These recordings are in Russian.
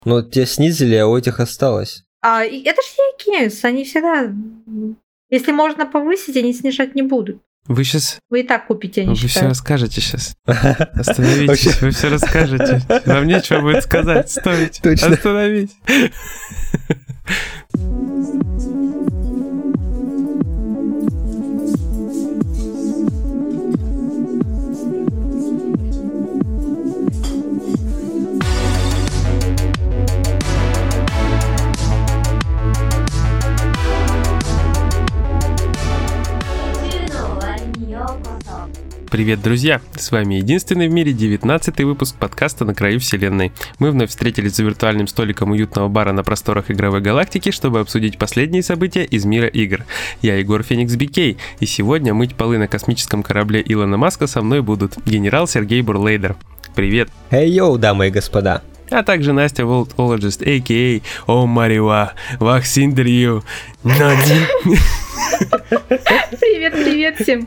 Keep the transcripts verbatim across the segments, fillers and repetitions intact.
Ну, тебя снизили, а у этих осталось. А, это же Epic Games, они всегда... Если можно повысить, они снижать не будут. Вы сейчас... Вы и так купите, они Вы считают. все расскажете сейчас. Остановитесь, вы все расскажете. Вам нечего будет сказать. Стойте. Точно. Остановитесь. Привет, друзья! С вами единственный в мире девятнадцатый выпуск подкаста «На краю вселенной». Мы вновь встретились за виртуальным столиком уютного бара на просторах игровой галактики, чтобы обсудить последние события из мира игр. Я Егор Феникс Би Кей, и сегодня мыть полы на космическом корабле Илона Маска со мной будут генерал Сергей Бурлейдер. Привет! Эй, йоу, дамы и господа! А также Настя Волтологист, а.к.а. О Марива, Вахсинтерью, Нади. Привет, привет всем.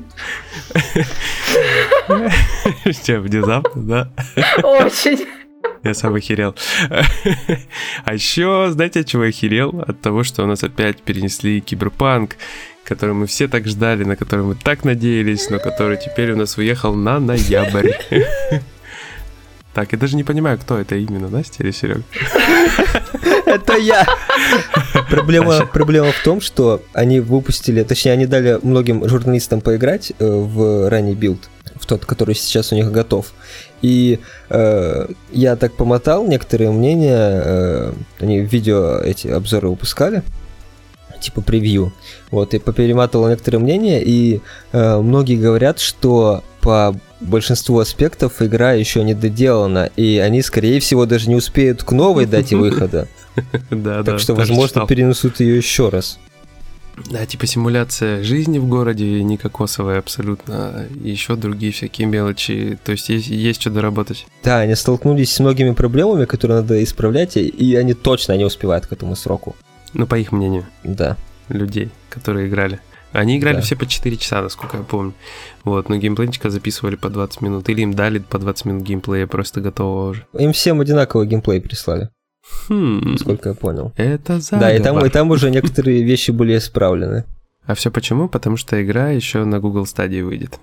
Что, внезапно, да? Очень. Я сам охерел. А еще, знаете, от чего я охерел? От того, что у нас опять перенесли Киберпанк, который мы все так ждали, на который мы так надеялись, но который теперь у нас уехал на ноябрь. Так, я даже не понимаю, кто это именно, Настя или Серега? Это я! Проблема, проблема в том, что они выпустили, точнее, они дали многим журналистам поиграть э, в ранний билд, в тот, который сейчас у них готов. И э, я так помотал некоторые мнения, э, они видео эти обзоры выпускали, типа превью, вот, и поперематывал некоторые мнения, и э, многие говорят, что по большинству аспектов игра еще не доделана, и они, скорее всего, даже не успеют к новой дате выхода. Да, так что, возможно, перенесут ее еще раз. Да, типа симуляция жизни в городе не кокосовая абсолютно, и еще другие всякие мелочи, то есть есть, есть что доработать. Да, они столкнулись с многими проблемами, которые надо исправлять, и они точно не успевают к этому сроку. Ну, по их мнению. Да. Людей, которые играли. Они играли да. все по четыре часа, насколько я помню. Вот, но геймплейчика записывали по двадцать минут. Или им дали по двадцать минут геймплея просто готового уже. Им всем одинаковый геймплей прислали. Хм. Насколько я понял. Это заговор. Да, и там, и там уже некоторые вещи были исправлены. А все почему? Потому что игра еще на Google Stadia выйдет.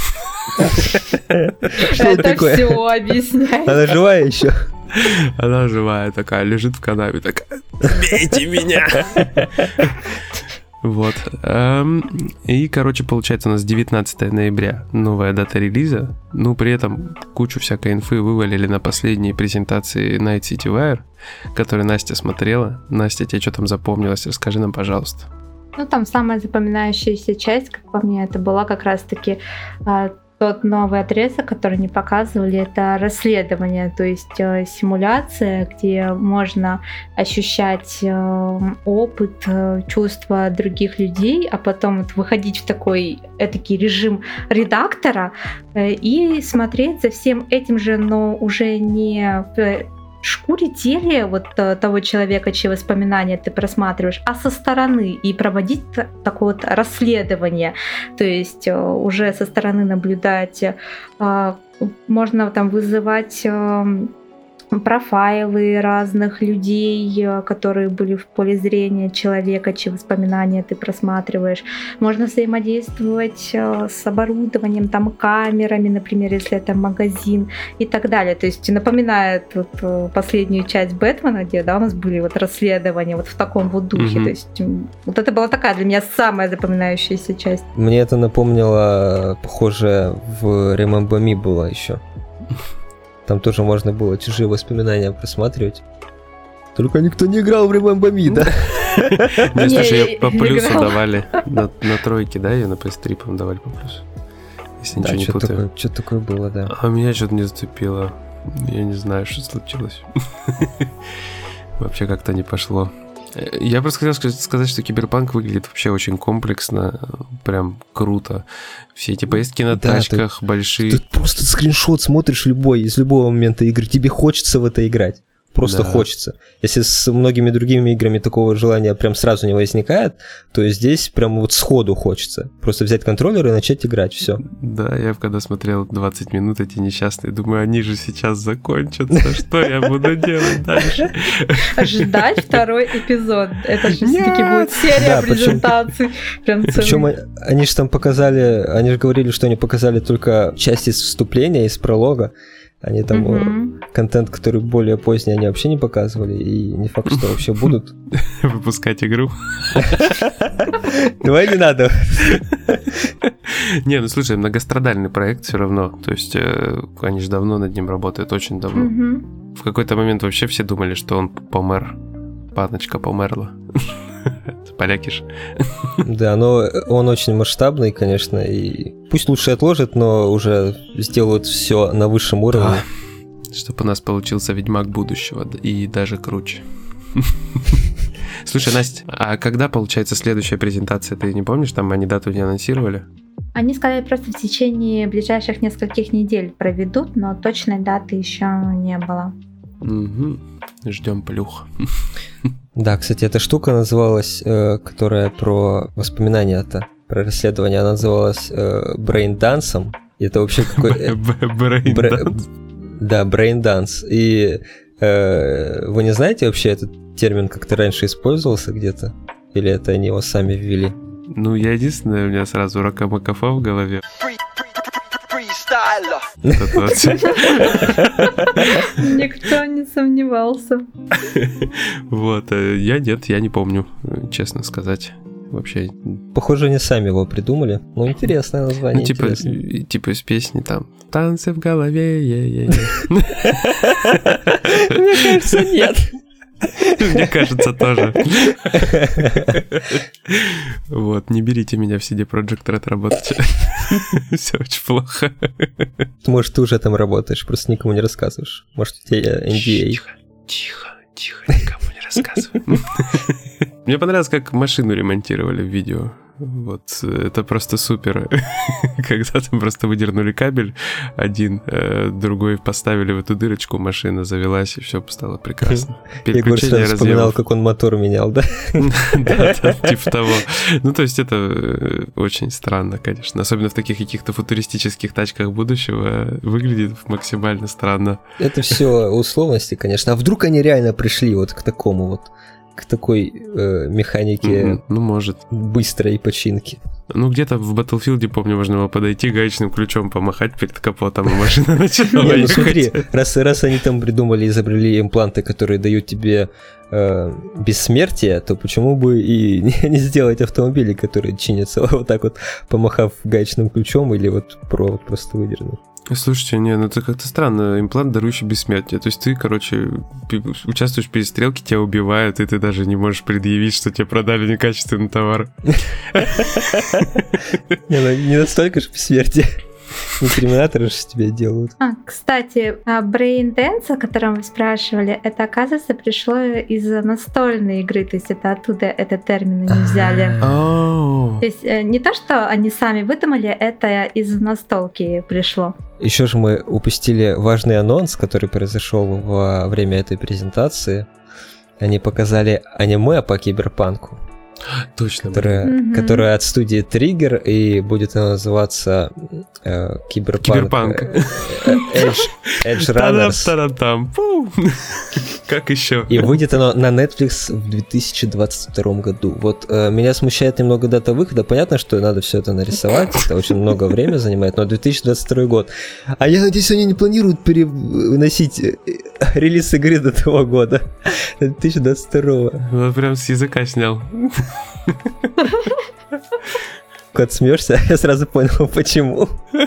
Это все объясняет. Она живая еще? Она живая такая, лежит в канаве, такая, бейте меня! Вот. И, короче, получается у нас девятнадцатого ноября новая дата релиза. Ну, при этом кучу всякой инфы вывалили на последней презентации Night City Wire, которую Настя смотрела. Настя, тебе что там запомнилось? Расскажи нам, пожалуйста. Ну, там самая запоминающаяся часть, как по мне, это была как раз-таки а, тот новый отрезок, который не показывали, это расследование, то есть э, симуляция, где можно ощущать э, опыт, э, чувства других людей, а потом вот выходить в такой этакий режим редактора э, и смотреть за всем этим же, но уже не в шкуре теле вот того человека, чьи воспоминания ты просматриваешь, а со стороны, и проводить такое вот расследование, то есть уже со стороны наблюдать, можно там вызывать профайлы разных людей, которые были в поле зрения человека, чьи воспоминания ты просматриваешь. Можно взаимодействовать с оборудованием, там, камерами, например, если это магазин и так далее. То есть напоминает вот последнюю часть Бэтмена, где, да, у нас были вот расследования вот в таком вот духе. Mm-hmm. То есть вот это была такая для меня самая запоминающаяся часть. Мне это напомнило, похоже, в Remember Me было еще. Там тоже можно было чужие воспоминания просматривать. Только никто не играл в Remember Me, да? Мне, слушай, ее по плюсу давали. На тройке, да, ее на пи эс три, по-моему, давали по плюсу. Если ничего не путаю. Что-то такое было, да. А меня что-то не зацепило. Я не знаю, что случилось. Вообще как-то не пошло. Я просто хотел сказать, что Киберпанк выглядит вообще очень комплексно, прям круто. Все эти поездки на да, тачках ты, большие. Ты просто скриншот смотришь любой, из любого момента игры, тебе хочется в это играть. просто да. хочется. Если с многими другими играми такого желания прям сразу не возникает, то здесь прям вот сходу хочется. Просто взять контроллер и начать играть, все. Да, я когда смотрел двадцать минут эти несчастные, думаю, они же сейчас закончатся, что я буду делать дальше? Ждать второй эпизод. Это же все-таки будет серия презентаций. Причем они же там показали, они же говорили, что они показали только часть из вступления, из пролога. Они там mm-hmm. контент, который более поздний, они вообще не показывали, и не факт, что вообще будут. Выпускать игру. Давай не надо. Не, ну слушай, многострадальный проект все равно. То есть они же давно над ним работают, очень давно. Mm-hmm. В какой-то момент вообще все думали, что он помер. Паночка померла. Поляки же. Да, но он очень масштабный, конечно, и пусть лучше отложат, но уже сделают все на высшем уровне. Да. Чтобы у нас получился Ведьмак будущего, и даже круче. Слушай, Настя, а когда получается следующая презентация? Ты не помнишь, там они дату не анонсировали? Они сказали, просто в течение ближайших нескольких недель проведут, но точной даты еще не было. Угу. Ждем плюх. Да, кстати, эта штука называлась, э, которая про воспоминания-то, про расследование, она называлась э, брейн-дансом. И это вообще какой... Брейн-данс? Да, брейн-данс. И э, вы не знаете вообще этот термин как-то раньше использовался где-то? Или это они его сами ввели? Ну, я единственное, у меня сразу Рокамакафа в голове. Никто не сомневался. Вот, я нет, я не помню, честно сказать. Вообще. Похоже, они сами его придумали. Ну, интересное название. Ну, типа, типа из песни там «Танцы в голове, е-е-е». Мне кажется, нет. Мне кажется, тоже. Вот, не берите меня в си ди Projekt Red работать. Все очень плохо. Может, ты уже там работаешь, просто никому не рассказываешь. Может, у тебя эн ди эй. Тихо, тихо, тихо, никому не рассказывай. Мне понравилось, как машину ремонтировали в видео. Вот, это просто супер. Когда там просто выдернули кабель один, другой поставили в эту дырочку, машина завелась, и все стало прекрасно. Егор сразу вспоминал, как он мотор менял, да? Да, типа того. Ну, то есть это очень странно, конечно. Особенно в таких каких-то футуристических тачках будущего выглядит максимально странно. Это все условности, конечно. А вдруг они реально пришли вот к такому вот, к такой э, механике, mm-hmm. ну, может. быстрой починки. Ну, где-то в Battlefield, помню, можно было подойти, гаечным ключом помахать перед капотом, и машина начала ехать. Не, ну смотри, раз, раз они там придумали, изобрели импланты, которые дают тебе э, бессмертие, то почему бы и не, не сделать автомобили, которые чинятся вот так вот, помахав гаечным ключом или вот провод просто выдернув? Слушайте, не, ну это как-то странно, имплант, дарующий бессмертие. То есть ты, короче, участвуешь в перестрелке, тебя убивают, и ты даже не можешь предъявить, что тебе продали некачественный товар. Не настолько же бессмертие. Не терминаторы же тебе делают. А, кстати, Brain Dance, о котором вы спрашивали, это, оказывается, пришло из настольной игры, то есть это оттуда этот термин они взяли. То есть не то, что они сами выдумали, это из настолки пришло. Еще же мы упустили важный анонс, который произошел во время этой презентации. Они показали аниме по киберпанку. Точно, которая, mm-hmm. которая от студии Trigger, и будет она называться э, Киберпанк. Edge, Edge Runners. Как еще? И выйдет оно на Netflix в две тысячи двадцать втором году. Вот э, меня смущает немного дата выхода. Понятно, что надо все это нарисовать, это очень много времени занимает, но две тысячи двадцать второй год. А я надеюсь, они не планируют переносить релиз игры до того года. две тысячи двадцать второго. Ну, прям с языка снял. Кот смеешься, я сразу понял, почему.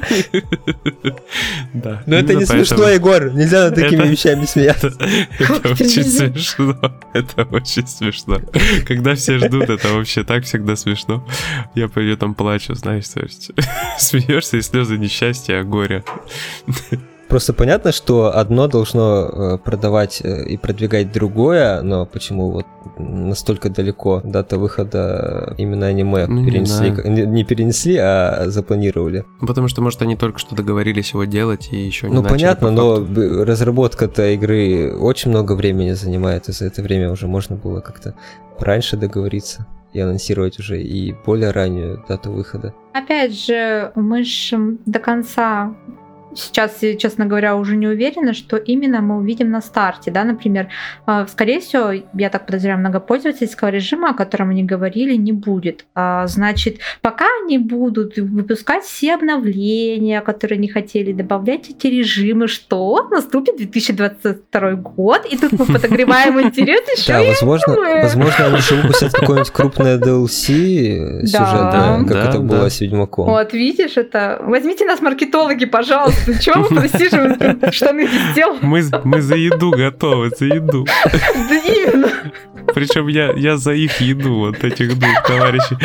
Да. Но это не смешно, Егор. Нельзя над такими вещами смеяться. Это очень смешно. Это очень смешно. Когда все ждут, это вообще так всегда смешно. Я по там плачу, знаешь, смеешься, и слезы несчастья, а горя. Просто понятно, что одно должно продавать и продвигать другое, но почему вот настолько далеко дата выхода именно аниме ну, перенесли, не, не перенесли, а запланировали? Потому что, может, они только что договорились его делать и еще не ну, начали. Ну, понятно, но разработка-то игры очень много времени занимает, и за это время уже можно было как-то раньше договориться и анонсировать уже и более раннюю дату выхода. Опять же, мы же до конца... Сейчас, честно говоря, уже не уверена, что именно мы увидим на старте, да, например, скорее всего, я так подозреваю, многопользовательского режима, о котором они говорили, не будет. Значит, пока они будут выпускать все обновления, которые они хотели, добавлять эти режимы, что наступит две тысячи двадцать второй год, и тут мы подогреваем интерес еще. Да, возможно, возможно, они еще выпустят какое-нибудь крупное ди эл си сюжетное, как это было с Ведьмаком. Вот, видишь, это... Возьмите нас, маркетологи, пожалуйста. Ну чего вы просиживаете, штаны здесь делаем? Мы, мы за еду готовы, за еду. Да именно. Причем я, я за их еду, вот этих двух товарищей.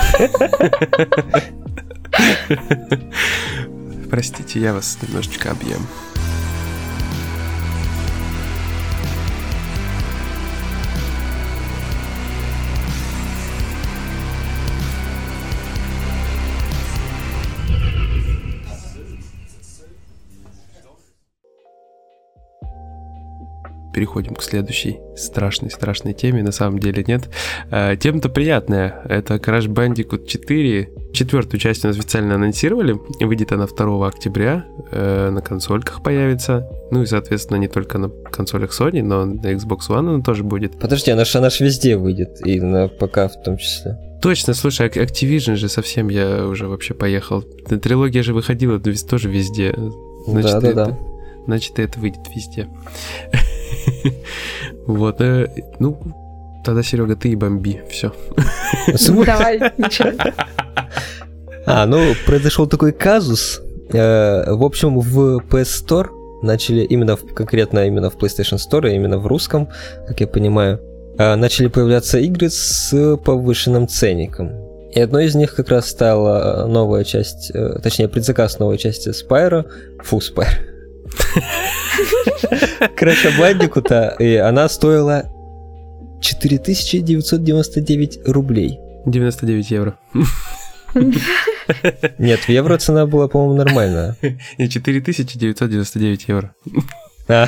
Простите, я вас немножечко объем. Переходим к следующей страшной-страшной теме. На самом деле нет. А, тема-то приятная. Это Crash Bandicoot четыре. Четвертую часть у нас официально анонсировали. Выйдет она второго октября. Э, на консольках появится. Ну и, соответственно, не только на консолях Sony, но на Xbox One она тоже будет. Подожди, она ж, она ж везде выйдет. И на ПК в том числе. Точно, слушай, Activision же совсем я уже вообще поехал. Трилогия же выходила тоже везде. Значит, да, да, да. Значит, это выйдет везде. Вот, ну, тогда, Серега, ты и бомби, все. Давай, ничего. А, ну, произошел такой казус. В общем, в пи эс Store начали, именно конкретно именно в PlayStation Store, именно в русском, как я понимаю, начали появляться игры с повышенным ценником. И одной из них как раз стала новая часть, точнее, предзаказ новой части Spyro, фу, Spyro. Crash Bandicoot, и она стоила четыре тысячи девятьсот девяносто девять рублей. девяносто девять евро. Нет, в евро цена была, по-моему, нормальная. четыре тысячи девятьсот девяносто девять евро. А.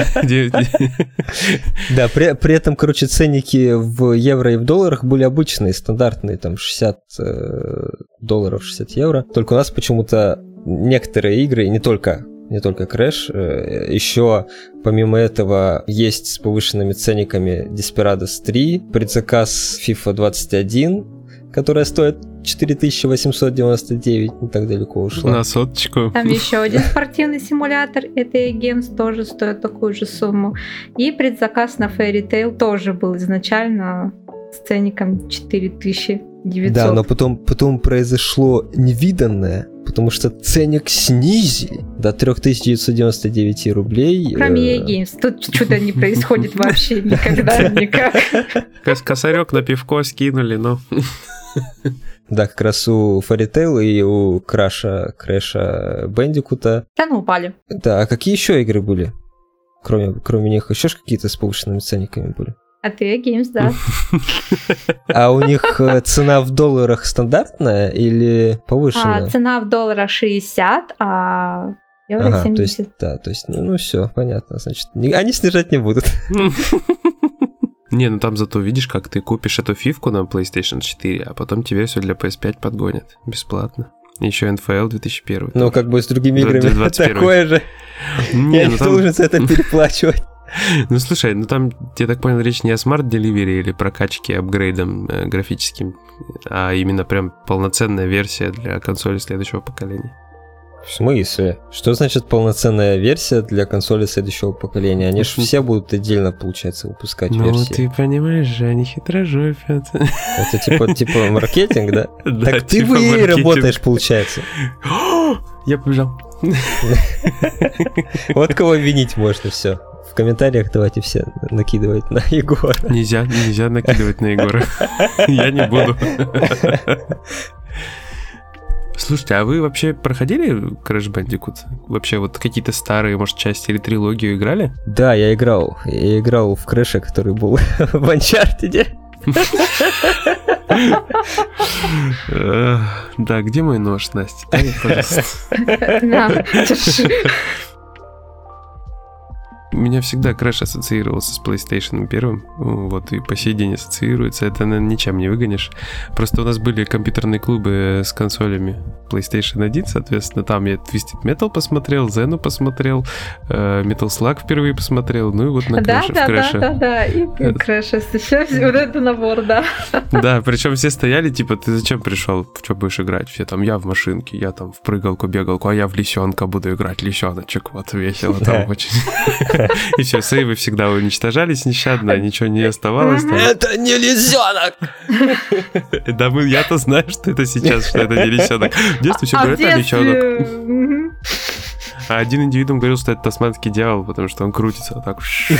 Да, при, при этом, короче, ценники в евро и в долларах были обычные, стандартные, там шестьдесят долларов, шестьдесят евро. Только у нас почему-то некоторые игры, не только не только Crash, еще помимо этого есть с повышенными ценниками Desperados три, предзаказ FIFA двадцать один, которая стоит четыре тысячи восемьсот девяносто девять, не так далеко ушла. На соточку. Там еще один спортивный симулятор, это и Games, тоже стоит такую же сумму. И предзаказ на Fairy Tail тоже был изначально с ценником четыре тысячи девятьсот. Да, но потом, потом произошло невиданное, потому что ценник снизили до три тысячи девятьсот девяносто девять рублей. Кроме и Games, тут чудо не происходит вообще никогда, никак. Косарек на пивко скинули, но... Да, как раз у Fairy Tail и у Краша, Крэша Бэндикута. Цены упали. Да, а какие еще игры были? Кроме, кроме них еще какие-то с повышенными ценниками были? А ты Games, да. А у них цена в долларах стандартная или повышенная? А, цена в долларах шестьдесят, а евро ага, семьдесят. То есть, да, то есть, ну, ну все, понятно. Значит, они снижать не будут. Не, ну там зато видишь, как ты купишь эту фифку на PlayStation четыре, а потом тебе все для пи эс пять подгонят бесплатно. Еще эн эф эл две тысячи первый. Ну, как бы с другими играми такое же. Я не должен за это переплачивать. Ну, слушай, ну там, я так понял, речь не о смарт-деливере или прокачке апгрейдом э, графическим, а именно прям полноценная версия для консоли следующего поколения. В смысле? Что значит полноценная версия для консоли следующего поколения? Они же все будут отдельно, получается, выпускать ну, версии. Ну, ты понимаешь же, они хитрожопят. Это типа, типа маркетинг, да? Да, так ты в и эй работаешь, получается. Я побежал. Вот кого винить можно, все. В комментариях давайте все накидывать на Егора. Нельзя, нельзя накидывать на Егора. Я не буду. Слушайте, а вы вообще проходили Crash Bandicoot? Вообще вот какие-то старые, может, части или трилогию играли? Да, я играл. Я играл в Крэша, который был в Uncharted. Да, где мой нож, Настя? Дай мне, пожалуйста. На, держи. У меня всегда Crash ассоциировался с PlayStation первым, вот, и по сей день ассоциируется, это, наверное, ничем не выгонишь. Просто у нас были компьютерные клубы с консолями PlayStation один, соответственно, там я Twisted Metal посмотрел, Зену посмотрел, Metal Slug впервые посмотрел, ну и вот на Да, Crash, да, в Crash. да, да, да, и Crash, еще вот это набор, да. Да, причем все стояли, типа, ты зачем пришел, в что будешь играть? Все там, я в машинке, я там в прыгалку, бегалку, а я в лисенка буду играть, лисеночек, вот весело там очень. И все, сейвы всегда уничтожались нещадно, ничего не оставалось. Там. Это не лисенок! Да, мы, я-то знаю, что это сейчас, что это не лисенок. В детстве все А говорят, в это детстве... лисенок. А один индивидуум говорил, что это тасманский дьявол, потому что он крутится вот так.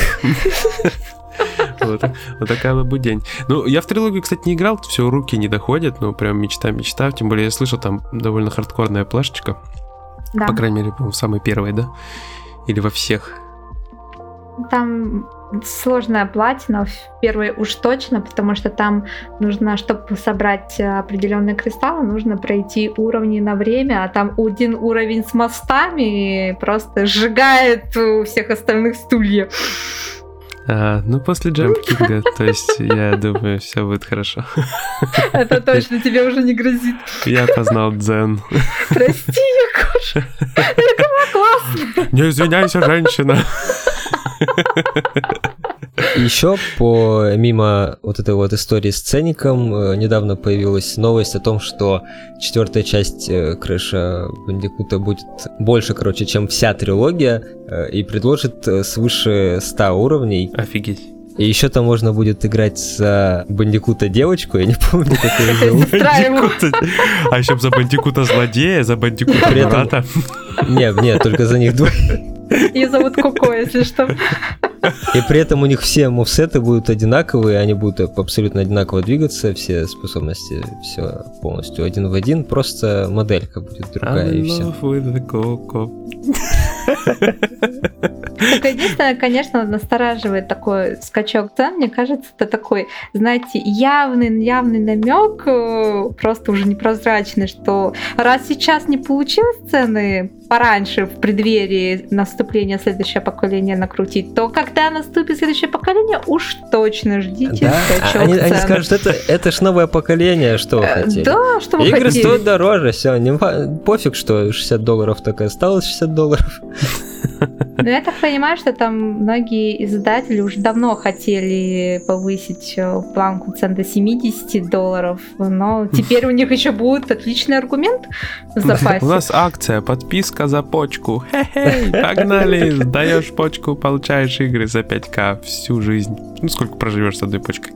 Вот, вот такая лабудень. Ну, я в трилогию, кстати, не играл, все, руки не доходят, но прям мечта-мечта. Тем более я слышал, там довольно хардкорная плашечка. Да. По крайней мере, по-моему, в самой первой, да? Или во всех? Там сложная платина, в первой уж точно, потому что там нужно, чтобы собрать определенные кристаллы, нужно пройти уровни на время, а там один уровень с мостами просто сжигает у всех остальных стулья. А, ну, после джамп-кинга, то есть, я думаю, все будет хорошо. Это точно тебе уже не грозит. Я познал дзен. Прости, Якуша. Это классно. Не извиняйся, женщина. Еще помимо вот этой вот истории с ценником, недавно появилась новость о том, что четвертая часть Crash Bandicoot будет больше, короче, чем вся трилогия, и предложит свыше ста уровней. Офигеть. И еще там можно будет играть за Бандикута девочку, я не помню, как ее зовут. А еще за Бандикута злодея, за Бандикута брата. Нет, нет, только за них двое. Ее зовут Коко, если что. И при этом у них все мувсеты будут одинаковые, они будут абсолютно одинаково двигаться, все способности, все полностью один в один, просто моделька будет другая и все. Только единственное, конечно, настораживает такой скачок цен. Мне кажется, это такой, знаете, явный, явный намек, просто уже непрозрачный, что раз сейчас не получилось цены пораньше, в преддверии наступления следующего поколения накрутить, то когда наступит следующее поколение, уж точно ждите да? скачок они, цен. Они скажут, это, это ж новое поколение, что вы хотели? Да, что вы Игры хотели. стоят дороже, все, не, пофиг, что шестьдесят долларов так и осталось шестьдесят долларов. Но я так понимаю, что там многие издатели уже давно хотели повысить планку цен до семьдесят долларов, но теперь у них еще будет отличный аргумент в запасе. У нас акция, подписка за почку. Хе-хей, погнали, сдаешь почку, получаешь игры за пять ка всю жизнь. Ну, сколько проживешь с одной почкой?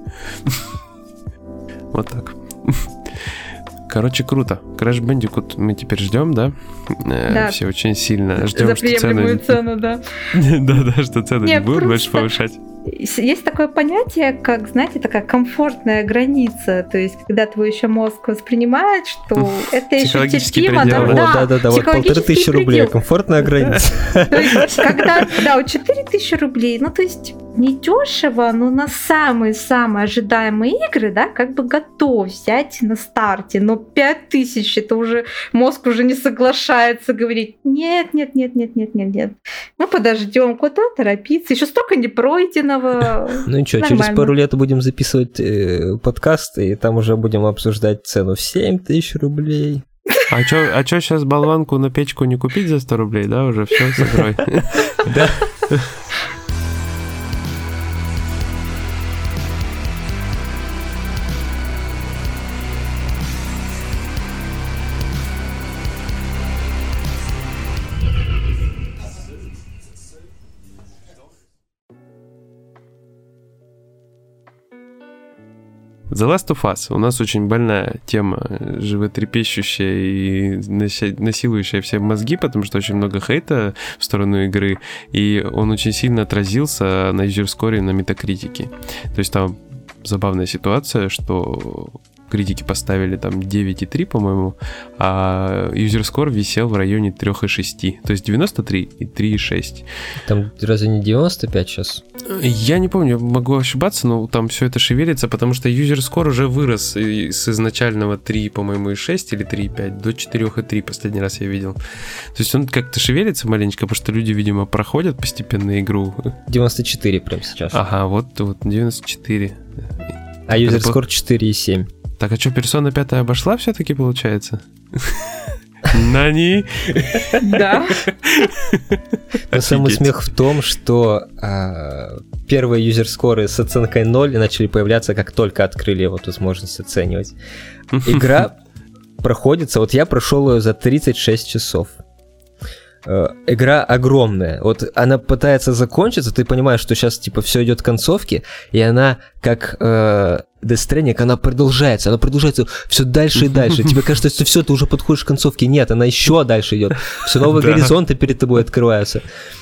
Вот так. Короче, круто. Crash Bandicoot мы теперь ждем, да? Да. Все очень сильно ждем, за что цены... цену, да. Да-да, что цены не будут больше повышать. Есть такое понятие, как, знаете, такая комфортная граница, то есть когда твой еще мозг воспринимает, что это еще терпимо. Да-да-да, вот полторы тысячи рублей, комфортная граница. То есть когда, да, вот четыре тысячи рублей, ну то есть не дешево, но на самые-самые ожидаемые игры, да, как бы готов взять на старте, но пять тысяч, это уже мозг уже не соглашается говорить, нет, нет, нет, нет, нет, нет, нет, мы подождем, куда торопиться, еще столько не пройденного. Ну ничего, через пару лет будем записывать э, подкаст, и там уже будем обсуждать цену в семь тысяч рублей. А чё, а чё сейчас болванку на печку не купить за сто рублей, да, уже все, сыграй. Да. The Last of Us. У нас очень больная тема, животрепещущая и насилующая все мозги, потому что очень много хейта в сторону игры, и он очень сильно отразился на юзерскоре, на метакритике. То есть там забавная ситуация, что критики поставили там девять и три, по-моему, а user score висел в районе три и шесть. То есть девяносто три и три и шесть. Там разве не девяносто пять сейчас? Я не помню, могу ошибаться, но там все это шевелится, потому что user score уже вырос с изначального три, по-моему, и шесть или три и пять до четыре и три, последний раз я видел. То есть он как-то шевелится маленечко, потому что люди, видимо, проходят постепенно игру. девяносто четыре прям сейчас. Ага, вот, вот девяносто четыре. А user score четыре и семь. Так, а что, персона пять обошла все-таки, получается? Нани? Да. Но самый смех в том, что а, первые юзер-скоры с оценкой ноль начали появляться, как только открыли вот возможность оценивать. Игра проходится, вот я прошел ее за тридцать шесть часов. Игра огромная. Вот она пытается закончиться, ты понимаешь, что сейчас типа все идет к концовке, и она как э, Death Stranding, она продолжается, она продолжается все дальше и дальше. Тебе кажется, что все, ты уже подходишь к концовке. Нет, она еще дальше идет. Все новые горизонты перед тобой открываются.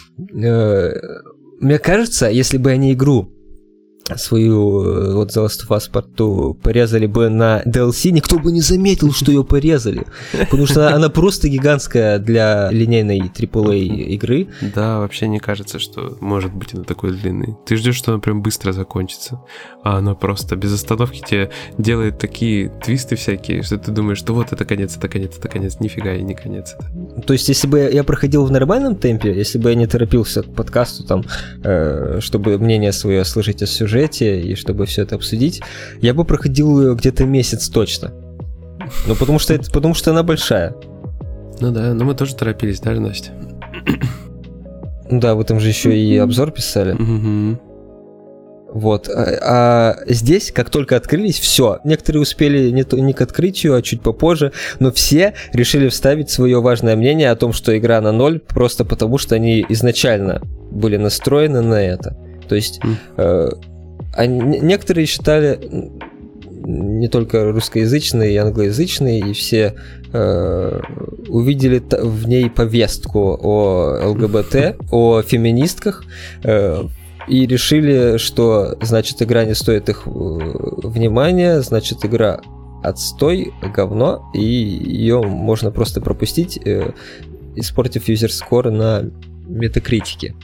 Мне кажется, если бы они игру свою вот The Last of Us Part два порезали бы на ди эл си, никто бы не заметил, что ее порезали. Потому что она, она просто гигантская для линейной три эй игры. Да, вообще не кажется, что может быть она такой длинной. Ты ждешь, что она прям быстро закончится. А она просто без остановки тебе делает такие твисты всякие, что ты думаешь, что вот это конец, это конец, это конец. Нифига и не конец это. То есть, если бы я проходил в нормальном темпе, если бы я не торопился к подкасту, там, э, чтобы мнение свое сложить о сюжете, и чтобы все это обсудить, я бы проходил ее где-то месяц точно. Ну, потому что, это, потому что она большая. Ну да, но мы тоже торопились, да, Настя? Ну да, вы там же еще и обзор писали. Mm-hmm. Вот. А, а здесь, как только открылись, все. Некоторые успели не, то, не к открытию, а чуть попозже, но все решили вставить свое важное мнение о том, что игра на ноль, просто потому что они изначально были настроены на это. То есть mm. э, они, некоторые считали, не только русскоязычные и англоязычные, и все э, увидели в ней повестку о эл гэ бэ тэ, о феминистках, э, и решили, что, значит, игра не стоит их внимания, значит, игра отстой, говно, и ее можно просто пропустить, э, испортив юзер-скор на метакритике.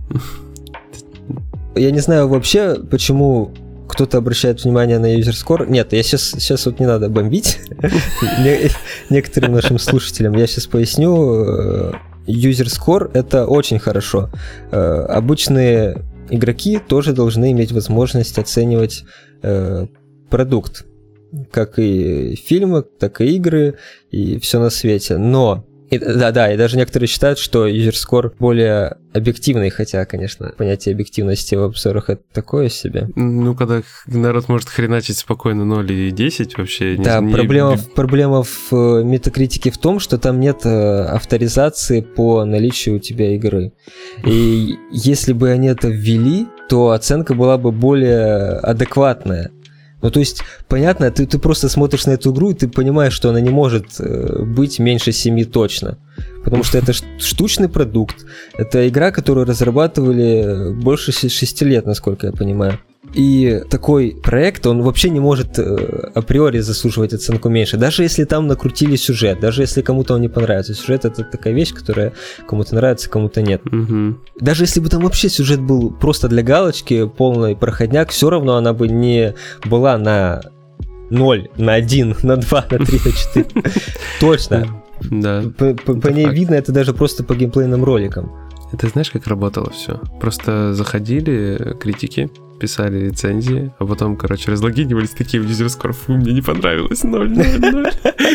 Я не знаю вообще, почему кто-то обращает внимание на юзер-скор. Нет, я сейчас, сейчас вот не надо бомбить некоторым нашим слушателям. Я сейчас поясню. Юзер-скор — это очень хорошо. Обычные игроки тоже должны иметь возможность оценивать продукт. Как и фильмы, так и игры, и все на свете. Но И, да, да, и даже некоторые считают, что юзер-скор более объективный, хотя, конечно, понятие объективности в обзорах это такое себе. Ну, когда народ может хреначить спокойно ноль и десять вообще. Да, не, проблема, не... проблема в метакритике в том, что там нет авторизации по наличию у тебя игры. И если бы они это ввели, то оценка была бы более адекватная. Ну, то есть, понятно, ты, ты просто смотришь на эту игру, и ты понимаешь, что она не может э, быть меньше семи точно. Потому что это штучный продукт. Это игра, которую разрабатывали больше шести лет, насколько я понимаю. И такой проект, он вообще не может э, априори заслуживать оценку меньше. Даже если там накрутили сюжет, даже если кому-то он не понравится. Сюжет — это такая вещь, которая кому-то нравится, кому-то нет. Mm-hmm. Даже если бы там вообще сюжет был просто для галочки, полный проходняк, все равно она бы не была на ноль, на один, на два, на три, на четыре. Точно. Да. По ней видно это даже просто по геймплейным роликам. Это знаешь, как работало все? Просто заходили критики, писали рецензии, а потом, короче, разлогинивались такие в юзер-скор, фу, мне не понравилось, ноль, ноль, ноль.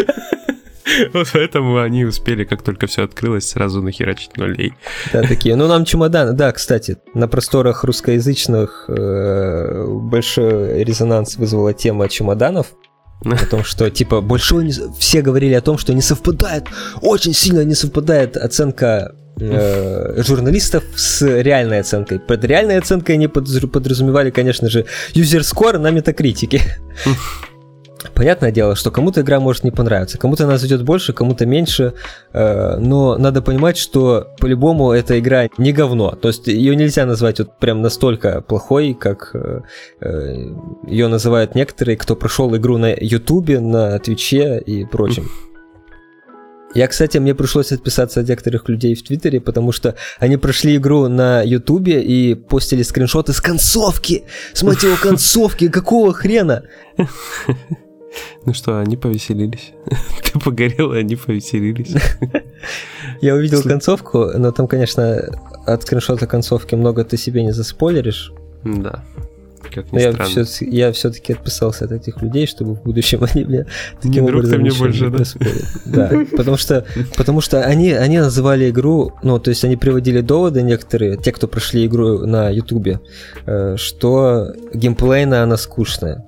Вот поэтому они успели, как только все открылось, сразу нахерачить нулей. Да, такие. Ну, нам чемоданы. Да, кстати, на просторах русскоязычных э, большой резонанс вызвала тема чемоданов. О том, что, типа, большой... Не... Все говорили о том, что не совпадает, очень сильно не совпадает оценка э, журналистов с реальной оценкой. Под реальной оценкой они подразумевали, конечно же, юзер-скор на метакритике. понятное дело, что кому-то игра может не понравиться, кому-то она зайдет больше, кому-то меньше, э, но надо понимать, что по-любому эта игра не говно, то есть ее нельзя назвать вот прям настолько плохой, как э, ее называют некоторые, кто прошел игру на Ютубе, на Твиче и прочем. Я, кстати, мне пришлось отписаться от некоторых людей в Твиттере, потому что они прошли игру на Ютубе и постили скриншоты с концовки, с мотива концовки, какого хрена? Ну что, они повеселились. Ты погорел, и они повеселились. Я увидел концовку, но там, конечно, от скриншота концовки много ты себе не заспойлеришь. Да. Как ни я, странно. все, я все-таки отписался от этих людей, чтобы в будущем они мне таким не образом друг ты мне больше, да? Да, потому что, потому что они, они называли игру, ну, то есть они приводили доводы некоторые, те, кто прошли игру на Ютубе, что геймплейно она скучная.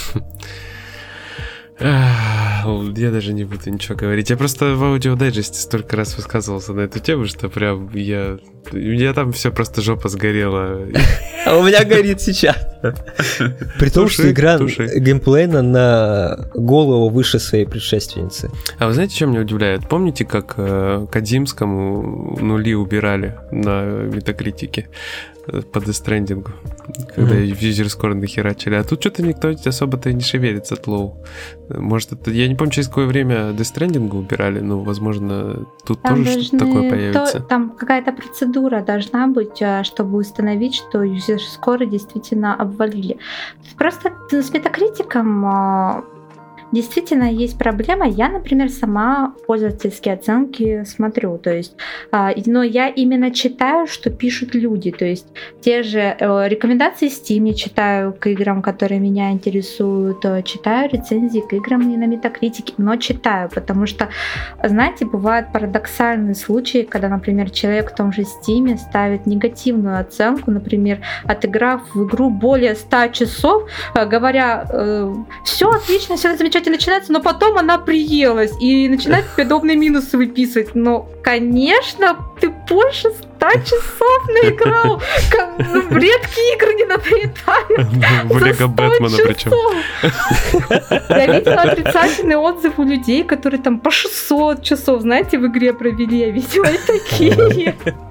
Я даже не буду ничего говорить. Я просто в аудиодайджесте столько раз высказывался на эту тему, что прям я... У меня там все просто жопа сгорела. А у меня горит сейчас. При том, что игра геймплейна на голову выше своей предшественницы. А вы знаете, что меня удивляет? Помните, как э, Кодзимскому нули убирали на Метакритике по Death Stranding, когда mm-hmm. юзер-скор нахерачили? А тут что-то никто особо-то не шевелится от лоу. Может, это... Я не помню, через какое время Death Stranding убирали, но, возможно, тут там тоже что-то такое появится. То, там какая-то процедура должна быть, чтобы установить, что юзер-скоры действительно обвалили. Просто с Метакритиком действительно есть проблема. Я, например, сама пользовательские оценки смотрю, то есть, но я именно читаю, что пишут люди, то есть те же рекомендации Steam я читаю к играм, которые меня интересуют, читаю рецензии к играм не на Метакритике, но читаю, потому что, знаете, бывают парадоксальные случаи, когда, например, человек в том же Steam ставит негативную оценку, например, отыграв в игру более ста часов, говоря, все отлично, все замечательно начинается, но потом она приелась и начинает подобные минусы выписывать. Но, конечно, ты больше ста часов наиграл. В редкие игры не надоедают. В Лего Бэтмена причем. Я видела отрицательные отзывы у людей, которые там по шестьсот часов, знаете, в игре провели. Я видела и такие.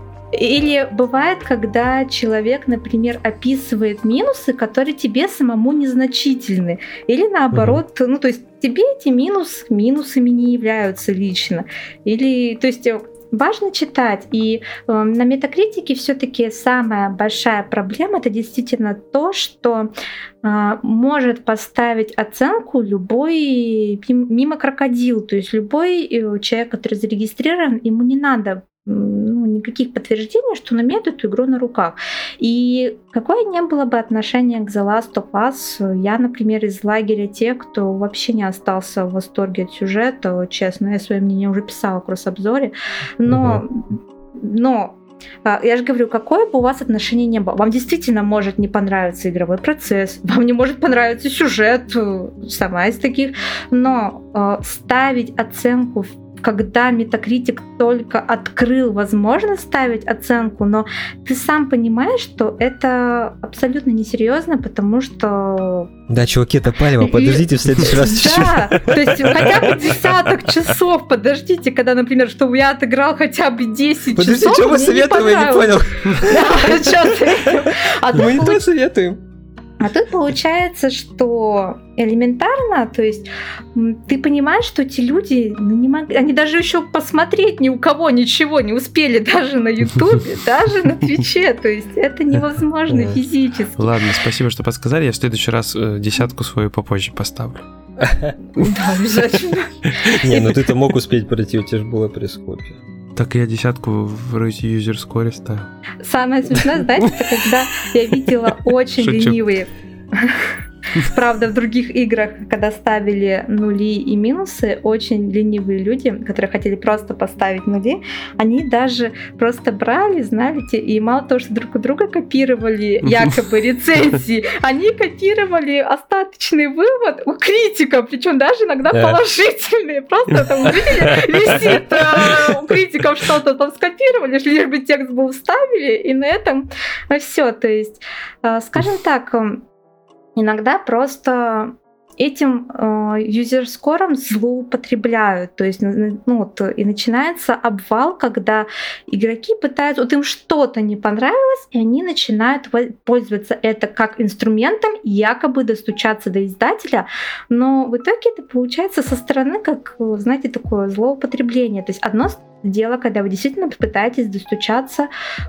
Или бывает, когда человек, например, описывает минусы, которые тебе самому незначительны. Или наоборот, uh-huh. ну то есть тебе эти минусы минусами не являются лично. Или, то есть важно читать. И э, на Метакритике все-таки самая большая проблема — это действительно то, что э, может поставить оценку любой мимо крокодил. То есть любой человек, который зарегистрирован, ему не надо ну, никаких подтверждений, что он имеет эту игру на руках. И какое не было бы отношение к The Last of Us, я, например, из лагеря тех, кто вообще не остался в восторге от сюжета, честно, я свое мнение уже писала в кросс-обзоре, но, uh-huh. но я же говорю, какое бы у вас отношение не было, вам действительно может не понравиться игровой процесс, вам не может понравиться сюжет, сама из таких, но ставить оценку, когда Метакритик только открыл возможность ставить оценку, но ты сам понимаешь, что это абсолютно несерьезно, потому что... Да, чуваки, это палево, подождите в следующий раз чуть-чуть. Да, то есть хотя бы десяток часов, подождите, когда, например, чтобы я отыграл хотя бы десять часов. Подождите, что вы советуете, я не понял. Да, сейчас. Мы не то советуем. А тут получается, что элементарно, то есть ты понимаешь, что эти люди, ну, не могли, они даже еще посмотреть ни у кого ничего не успели, даже на Ютубе, даже на Твиче, то есть это невозможно физически. Ладно, спасибо, что подсказали, я в следующий раз десятку свою попозже поставлю. Да, обязательно. Не, ну ты-то мог успеть пройти, у тебя же была пресс-копия. Так я десятку в юзер-скоре ставил. Самое смешное, знаете, это когда я видела очень Шучу. ленивые... Правда, в других играх, когда ставили нули и минусы, очень ленивые люди, которые хотели просто поставить нули, они даже просто брали, знаете, и мало того, что друг у друга копировали якобы рецензии, они копировали остаточный вывод у критиков, причем даже иногда положительные. Просто там, видели, висит у критиков что-то там скопировали, лишь бы текст был вставили, и на этом все. То есть, скажем так, иногда просто этим э, юзер-скором злоупотребляют. То есть, ну, вот, и начинается обвал, когда игроки пытаются, вот им что-то не понравилось, и они начинают пользоваться это как инструментом, якобы достучаться до издателя, но в итоге это получается со стороны, как, знаете, такое злоупотребление. То есть одно дело, когда вы действительно пытаетесь достучаться,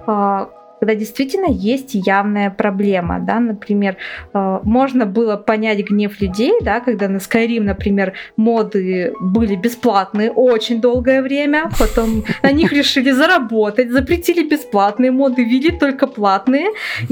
когда действительно есть явная проблема, да, например, можно было понять гнев людей, да, когда на Skyrim, например, моды были бесплатные очень долгое время, потом на них решили заработать, запретили бесплатные моды, ввели только платные,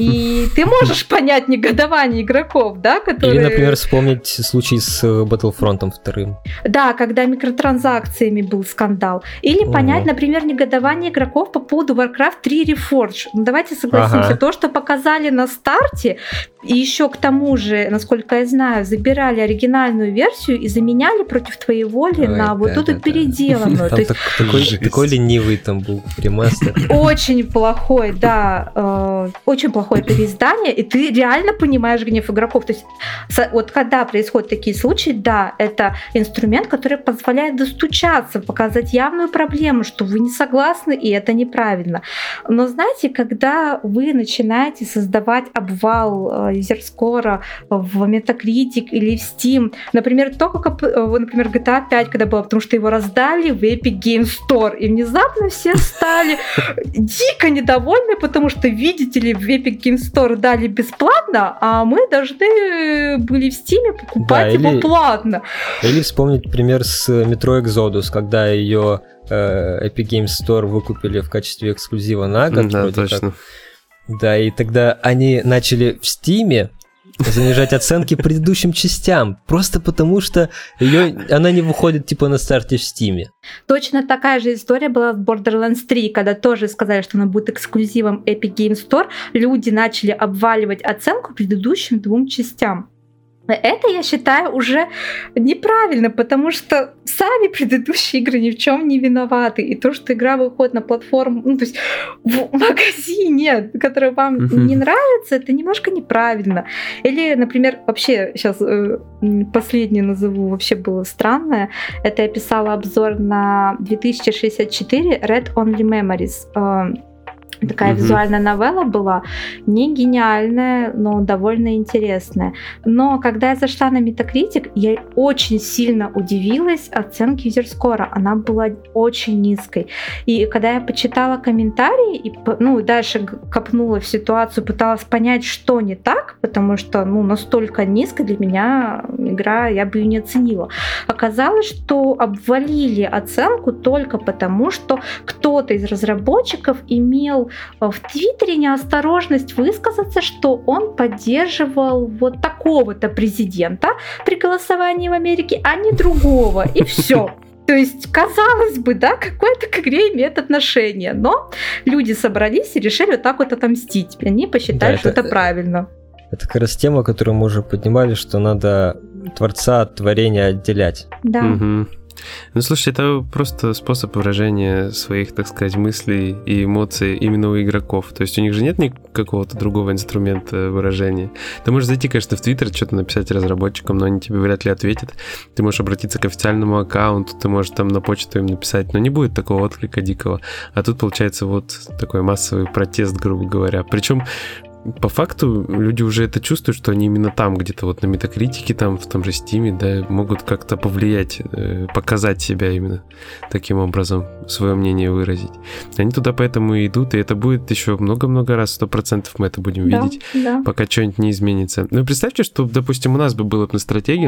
и ты можешь понять негодование игроков, да, которые... Или, например, вспомнить случай с Battlefront два. Да, когда микротранзакциями был скандал. Или понять, угу. например, негодование игроков по поводу Warcraft три Reforged. Давайте согласимся, ага. то, что показали на старте, и еще к тому же, насколько я знаю, забирали оригинальную версию и заменяли против твоей воли Ой, на да, вот эту да, переделанную. Там есть... такой, такой ленивый там был ремастер. Очень плохой, да, э, очень плохое переиздание, и ты реально понимаешь гнев игроков. То есть вот когда происходят такие случаи, да, это инструмент, который позволяет достучаться, показать явную проблему, что вы не согласны, и это неправильно. Но знаете, когда Когда вы начинаете создавать обвал юзерскора в Metacritic или в Steam, например, то, как, например, джи ти эй пять, когда было, потому что его раздали в Epic Games Store, и внезапно все стали дико недовольны, потому что, видите ли, в Epic Games Store дали бесплатно, а мы должны были в Steam покупать да, его или, платно. Или вспомнить пример с Metro Exodus, когда ее Epic Games Store выкупили в качестве эксклюзива на год. Да, точно. Как. Да, и тогда они начали в Steam занижать оценки предыдущим частям, просто потому что ее, она не выходит типа на старте в Steam. Точно такая же история была в Borderlands три, когда тоже сказали, что она будет эксклюзивом Epic Games Store, люди начали обваливать оценку предыдущим двум частям. Это, я считаю, уже неправильно, потому что сами предыдущие игры ни в чем не виноваты. И то, что игра выходит на платформу, ну, то есть в магазине, который вам uh-huh. не нравится, это немножко неправильно. Или, например, вообще, сейчас э, последнее назову, вообще было странное. Это я писала обзор на две тысячи шестьдесят четыре Read Only Memories. Э, Такая uh-huh. визуальная новелла была, не гениальная, но довольно интересная. Но когда я зашла на Metacritic, я очень сильно удивилась оценке юзерскора. Она была очень низкой. И когда я почитала комментарии и ну, дальше копнула в ситуацию, пыталась понять, что не так, потому что ну, настолько низко для меня игра, я бы ее не оценила. Оказалось, что обвалили оценку только потому, что кто-то из разработчиков имел в Твиттере неосторожность высказаться, что он поддерживал вот такого-то президента при голосовании в Америке, а не другого. И все. То есть, казалось бы, да, какое-то к игре имеет отношение. Но люди собрались и решили вот так вот отомстить. Они посчитали, да, что это, это правильно. Это как раз тема, которую мы уже поднимали, что надо творца от творения отделять. Да. Угу. Ну, слушай, это просто способ выражения своих, так сказать, мыслей и эмоций именно у игроков. То есть у них же нет никакого-то другого инструмента выражения. Ты можешь зайти, конечно, в Твиттер, что-то написать разработчикам, но они тебе вряд ли ответят. Ты можешь обратиться к официальному аккаунту, ты можешь там на почту им написать, но не будет такого отклика дикого. А тут получается вот такой массовый протест, грубо говоря. Причем по факту люди уже это чувствуют, что они именно там, где-то вот на Метакритике, там в том же Стиме, да, могут как-то повлиять, показать себя именно таким образом, свое мнение выразить. Они туда поэтому и идут, и это будет еще много-много раз, сто процентов мы это будем да, видеть, да. пока что-нибудь не изменится. Ну, представьте, что, допустим, у нас бы было бы на стратегии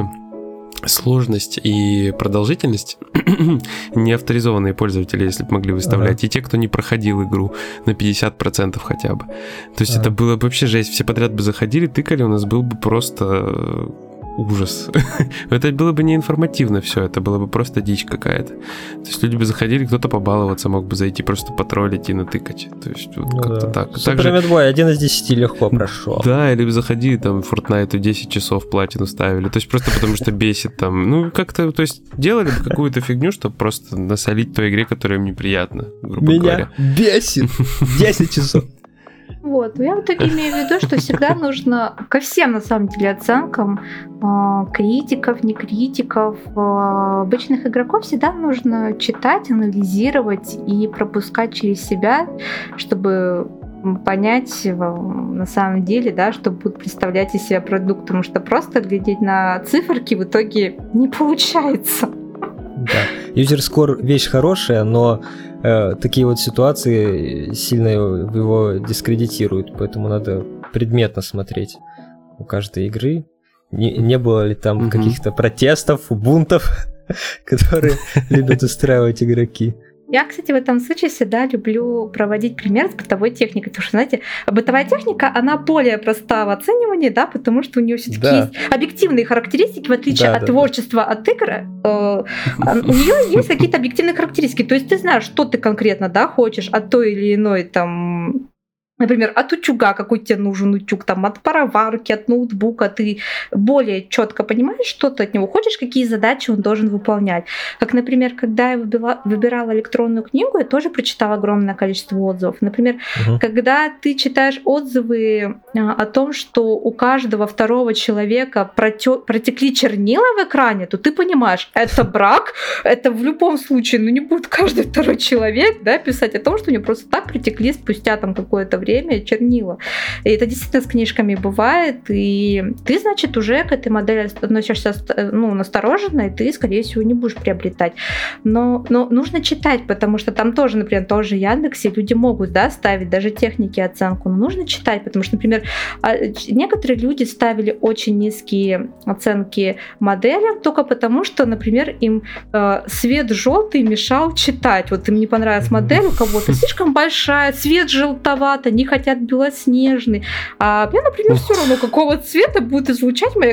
сложность и продолжительность неавторизованные пользователи, если бы могли выставлять, ага. и те, кто не проходил игру на пятьдесят процентов хотя бы. То есть ага. это было бы вообще жесть. Все подряд бы заходили, тыкали, у нас был бы просто ужас. Это было бы не информативно все, это было бы просто дичь какая-то. То есть люди бы заходили, кто-то побаловаться мог бы зайти, просто потроллить и натыкать. То есть вот ну как-то да. так. Супер Meat Boy один из десяти легко прошел. Да, или бы заходили, там, в Fortnite десять часов платину ставили. То есть просто потому что бесит там. Ну, как-то, то есть делали бы какую-то фигню, чтобы просто насолить той игре, которая им неприятна, грубо Меня говоря. Меня бесит десять часов. Вот. Я в итоге имею в виду, что всегда нужно ко всем, на самом деле, оценкам критиков, не критиков, обычных игроков всегда нужно читать, анализировать и пропускать через себя, чтобы понять на самом деле, да, что будут представлять из себя продукт, потому что просто глядеть на циферки в итоге не получается. Да. User score вещь хорошая, но э, такие вот ситуации сильно его дискредитируют, поэтому надо предметно смотреть у каждой игры. Не, не было ли там mm-hmm. каких-то протестов, бунтов, которые любят устраивать игроки. Я, кстати, в этом случае всегда люблю проводить пример с бытовой техникой, потому что, знаете, бытовая техника, она более проста в оценивании, да, потому что у нее все-таки да. есть объективные характеристики, в отличие да, от да, творчества, да. от игр, э, у нее есть какие-то объективные характеристики, то есть ты знаешь, что ты конкретно, да, хочешь от той или иной там. Например, от утюга, какой тебе нужен утюг, там, от пароварки, от ноутбука, ты более четко понимаешь, что ты от него хочешь, какие задачи он должен выполнять. Как, например, когда я выбирала, выбирала электронную книгу, я тоже прочитала огромное количество отзывов. Например, угу. когда ты читаешь отзывы о том, что у каждого второго человека проте- протекли чернила в экране, то ты понимаешь, это брак, это в любом случае, ну не будет каждый второй человек, да, писать о том, что у него просто так протекли спустя там какое-то время время чернила. И это действительно с книжками бывает, и ты, значит, уже к этой модели относишься, ну, настороженно, и ты, скорее всего, не будешь приобретать. Но, но нужно читать, потому что там тоже, например, тоже в Яндексе люди могут, да, ставить даже техники оценку, но нужно читать, потому что, например, некоторые люди ставили очень низкие оценки моделям только потому, что, например, им э, свет желтый мешал читать. Вот им не понравилась модель, у кого-то слишком большая, цвет желтоватый, не хотят белоснежный. А мне, например, все равно, какого цвета будет излучать моя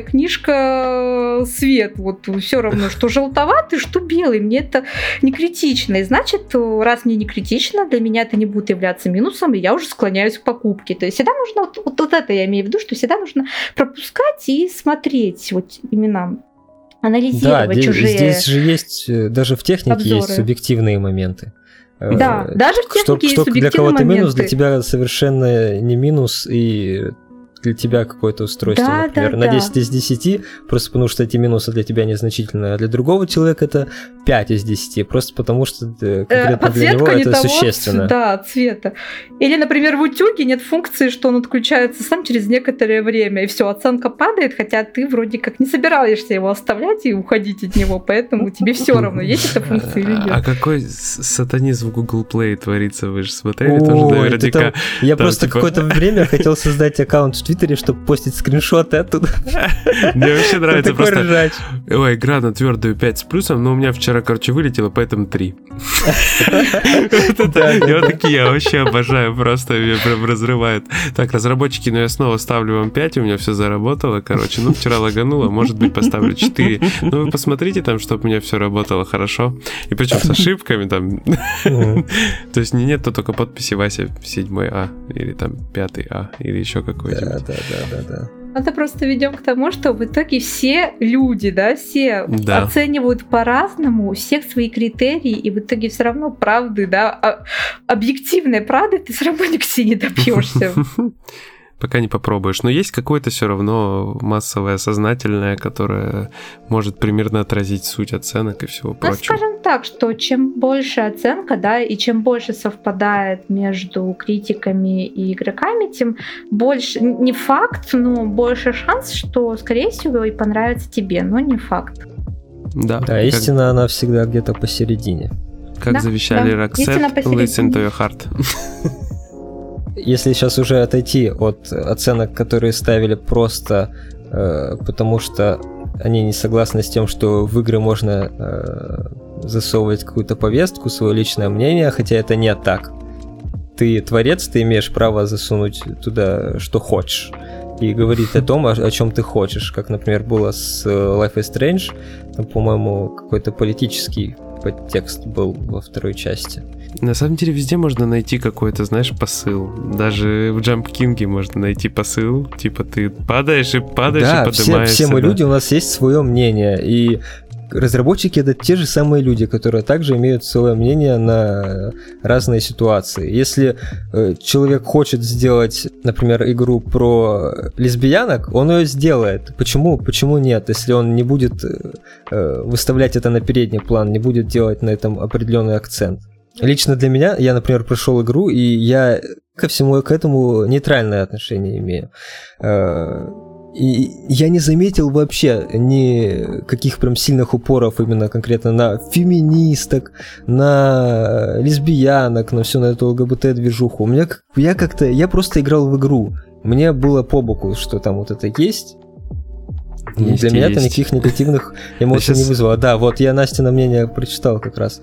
книжка свет. Вот все равно, что желтоватый, что белый. Мне это не критично. И значит, раз мне не критично, для меня это не будет являться минусом, и я уже склоняюсь к покупке. То есть всегда нужно, вот, вот, вот это я имею в виду, что всегда нужно пропускать и смотреть вот именно анализировать да, чужие здесь же есть, даже в технике обзоры. Есть субъективные моменты. Да, даже в технике есть субъективные для кого-то моменты. Минус, для тебя совершенно не минус, и для тебя какое-то устройство, да, например, да, на да. десять из десяти, просто потому что эти минусы для тебя незначительны, а для другого человека это пять из десяти, просто потому что конкретно э, для него это того, существенно. Да, цвета. Или, например, в утюге нет функции, что он отключается сам через некоторое время, и все, оценка падает, хотя ты вроде как не собираешься его оставлять и уходить от него, поэтому тебе все равно, есть эта функция или нет. А какой сатанизм в Google Play творится, вы же смотрели тоже наверняка? Я просто какое-то время хотел создать аккаунт в Твиттере, чтобы постить скриншоты оттуда. Мне вообще нравится просто... Ой, игра на твердую пять с плюсом, но у меня вчера, короче, вылетело, поэтому три. Я вот такие, я вообще обожаю, просто меня прям разрывает. Так, разработчики, ну я снова ставлю вам пять, у меня все заработало, короче. Ну, вчера лагануло, может быть, поставлю четыре. Ну, вы посмотрите там, чтобы у меня все работало хорошо. И причем с ошибками там. То есть не нет, то только подписи Вася седьмой А, или там пятый А, или еще какой-то. Да, да, да, да, да. Это просто ведем к тому, что в итоге все люди, да, все да. оценивают по-разному, у всех свои критерии, и в итоге все равно правды, да, объективной правды ты все равно нигде не добьешься. Пока не попробуешь. Но есть какое-то все равно массовое, сознательное, которое может примерно отразить суть оценок и всего ну, прочего. Скажем так, что чем больше оценка, да, и чем больше совпадает между критиками и игроками, тем больше, не факт, но больше шанс, что, скорее всего, и понравится тебе, но не факт. Да, да как... истина, она всегда где-то посередине. Как да, завещали да. Roxette, listen to your heart. Если сейчас уже отойти от оценок, которые ставили просто э, потому, что они не согласны с тем, что в игры можно э, засовывать какую-то повестку, свое личное мнение, хотя это не так. Ты творец, ты имеешь право засунуть туда, что хочешь, и говорить о том, о, о чем ты хочешь, как, например, было с Life is Strange, там, по-моему, какой-то политический подтекст был во второй части. На самом деле везде можно найти какой-то, знаешь, посыл. Даже в Jump King можно найти посыл. Типа ты падаешь и падаешь, да, и поднимаешься. Все, все мы да. люди, у нас есть свое мнение. И разработчики — это те же самые люди, которые также имеют свое мнение на разные ситуации. Если э, человек хочет сделать, например, игру про лесбиянок, он ее сделает. Почему? Почему нет? Если он не будет э, выставлять это на передний план, не будет делать на этом определенный акцент. Лично для меня, я, например, прошел игру, и я ко всему к этому нейтральное отношение имею. И я не заметил вообще никаких прям сильных упоров именно конкретно на феминисток, на лесбиянок, на всю на эту ЛГБТ-движуху. У меня, я как-то, я просто играл в игру. Мне было по боку, что там вот это есть. Есть, для меня это никаких негативных эмоций сейчас... не вызвало. Да, вот я Настина мнение прочитал как раз.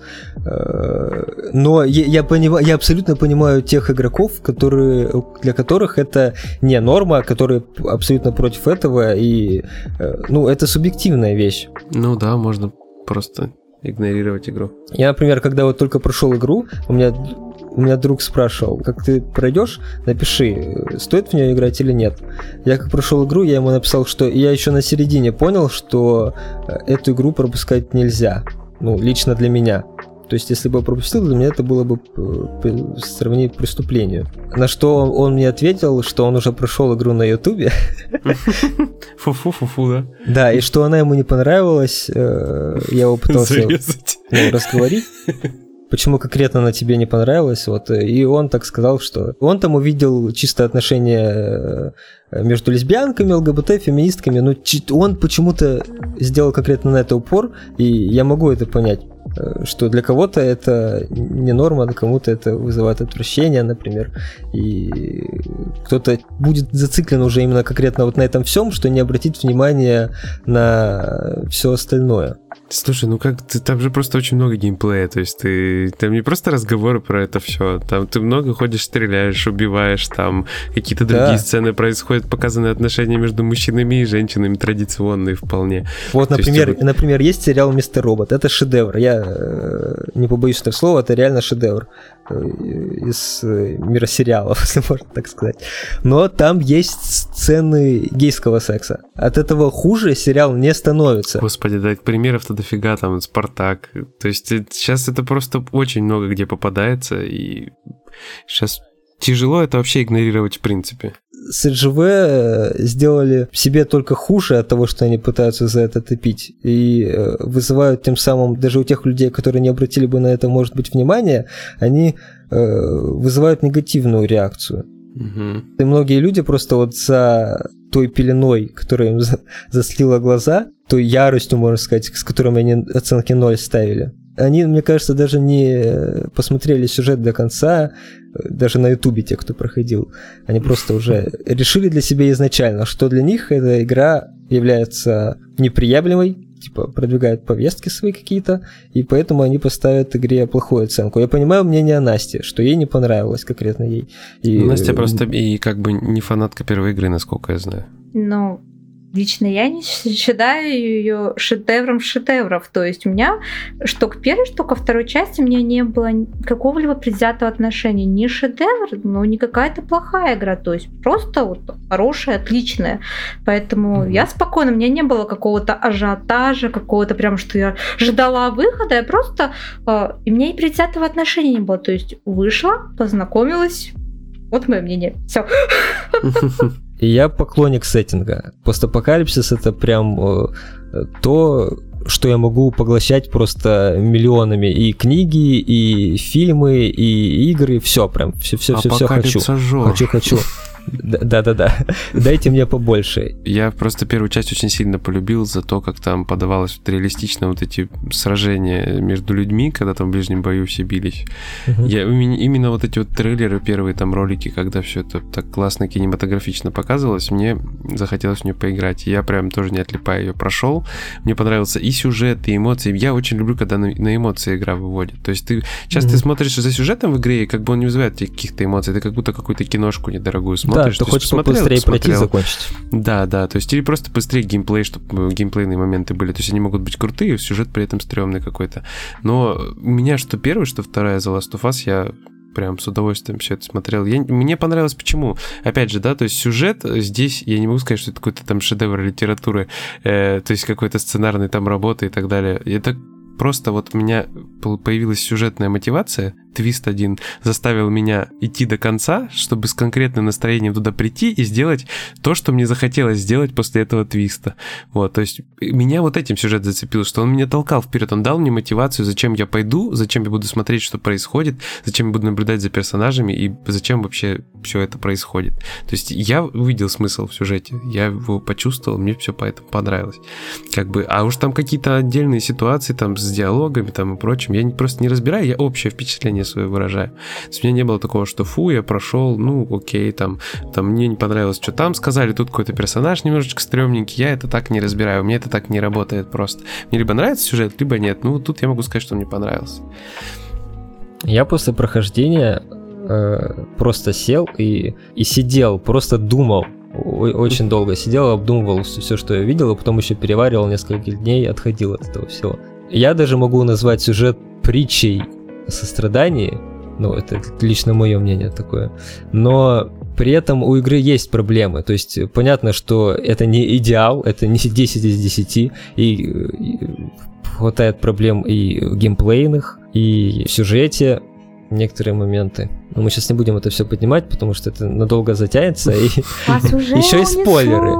Но я, я, понимаю, я абсолютно понимаю тех игроков, которые, для которых это не норма, которые абсолютно против этого. И, ну, это субъективная вещь. Ну да, можно просто игнорировать игру. Я, например, когда вот только прошел игру, у меня... У меня друг спрашивал, как ты пройдешь, напиши, стоит в нее играть или нет. Я как прошел игру, я ему написал, что я еще на середине понял, что эту игру пропускать нельзя. Ну, лично для меня. То есть, если бы я пропустил, для меня это было бы сравнение к преступлению. На что он мне ответил, что он уже прошел игру на Ютубе. Фу-фу-фу-фу, да? Да, и что она ему не понравилась, я его пытался ну, разговорить. Почему конкретно она тебе не понравилась, вот, и он так сказал, что он там увидел чисто отношения между лесбиянками, ЛГБТ, феминистками, но он почему-то сделал конкретно на это упор, и я могу это понять, что для кого-то это не норма, для кому-то это вызывает отвращение, например, и кто-то будет зациклен уже именно конкретно вот на этом всем, что не обратит внимания на все остальное. Слушай, ну как, ты, там же просто очень много геймплея, то есть ты, там не просто разговоры про это все, там ты много ходишь, стреляешь, убиваешь, там какие-то другие да. сцены происходят, показаны отношения между мужчинами и женщинами, традиционные вполне. Вот, то например, есть, например, есть сериал «Мистер Робот», это шедевр, я э, не побоюсь этого слова, это реально шедевр э, из э, мира сериалов, если можно так сказать. Но там есть сцены гейского секса, от этого хуже сериал не становится. Господи, да, примеров-то дофига, там, Спартак. То есть сейчас это просто очень много где попадается, и сейчас тяжело это вообще игнорировать в принципе. эс джи ви сделали себе только хуже от того, что они пытаются за это топить, и вызывают тем самым, даже у тех людей, которые не обратили бы на это, может быть, внимание, они вызывают негативную реакцию. Угу. И многие люди просто вот за той пеленой, которая им заслила глаза, той яростью, можно сказать, с которой они оценки ноль ставили, они, мне кажется, даже не посмотрели сюжет до конца, даже на Ютубе те, кто проходил. Они просто уже решили для себя изначально, что для них эта игра является неприемлемой, типа продвигает повестки свои какие-то, и поэтому они поставят игре плохую оценку. Я понимаю мнение Насти, что ей не понравилось, конкретно ей. И... Настя просто и как бы не фанатка первой игры, насколько я знаю. Ну, лично я не считаю ее шедевром шедевров. То есть у меня что к первой, что ко второй части у меня не было какого-либо предвзятого отношения. Не шедевр, но не какая-то плохая игра. То есть просто вот хорошая, отличная. Поэтому mm-hmm. я спокойна. У меня не было какого-то ажиотажа, какого-то прям, что я ждала выхода. Я просто... Э, и у меня и предвзятого отношения не было. То есть вышла, познакомилась. Вот мое мнение. Все. И я поклонник сеттинга. Постапокалипсис — это прям э, то, что я могу поглощать просто миллионами. И книги, и фильмы, и игры, все прям, все-все-все хочу. Хочу, хочу. Да-да-да. Дайте мне побольше. Я просто первую часть очень сильно полюбил за то, как там подавалось реалистично вот эти сражения между людьми, когда там в ближнем бою все бились. Uh-huh. Я, именно вот эти вот трейлеры, первые там ролики, когда все это так классно кинематографично показывалось, мне захотелось в нее поиграть. Я прям тоже не отлипая ее прошел. Мне понравился и сюжет, и эмоции. Я очень люблю, когда на, на эмоции игра выводит. То есть ты сейчас uh-huh. ты смотришь за сюжетом в игре, и как бы он не вызывает каких-то эмоций. Ты как будто какую-то киношку недорогую смотришь. Да, ты хочешь побыстрее пройти и закончить. Да, да, то есть или просто быстрее геймплей, чтобы геймплейные моменты были. То есть они могут быть крутые, сюжет при этом стрёмный какой-то. Но у меня что первая, что вторая The Last of Us, я прям с удовольствием все это смотрел. Я, мне понравилось почему? Опять же, да, то есть сюжет здесь, я не могу сказать, что это какой-то там шедевр литературы, э, то есть какой-то сценарной там работы и так далее. Это просто вот у меня появилась сюжетная мотивация, твист один заставил меня идти до конца, чтобы с конкретным настроением туда прийти и сделать то, что мне захотелось сделать после этого твиста. Вот, то есть меня вот этим сюжет зацепил, что он меня толкал вперед, он дал мне мотивацию, зачем я пойду, зачем я буду смотреть, что происходит, зачем я буду наблюдать за персонажами и зачем вообще все это происходит. То есть я увидел смысл в сюжете, я его почувствовал, мне все поэтому понравилось. Как бы, а уж там какие-то отдельные ситуации там с диалогами там и прочим, я просто не разбираю, я общее впечатление свое выражаю. То есть у меня не было такого, что фу, я прошел, ну окей, там, там мне не понравилось, что там сказали, тут какой-то персонаж немножечко стрёмненький, я это так не разбираю, мне это так не работает просто. Мне либо нравится сюжет, либо нет. Ну тут я могу сказать, что мне понравился. Я после прохождения э, просто сел и, и сидел, просто думал. Очень долго сидел, обдумывал все, что я видел, а потом еще переваривал несколько дней и отходил от этого всего. Я даже могу назвать сюжет притчей о сострадании, ну, это лично мое мнение такое, но при этом у игры есть проблемы, то есть понятно, что это не идеал, это не десять из десяти, и, и хватает проблем и геймплейных, и в сюжете некоторые моменты. Но мы сейчас не будем это все поднимать, потому что это надолго затянется, и еще и спойлеры.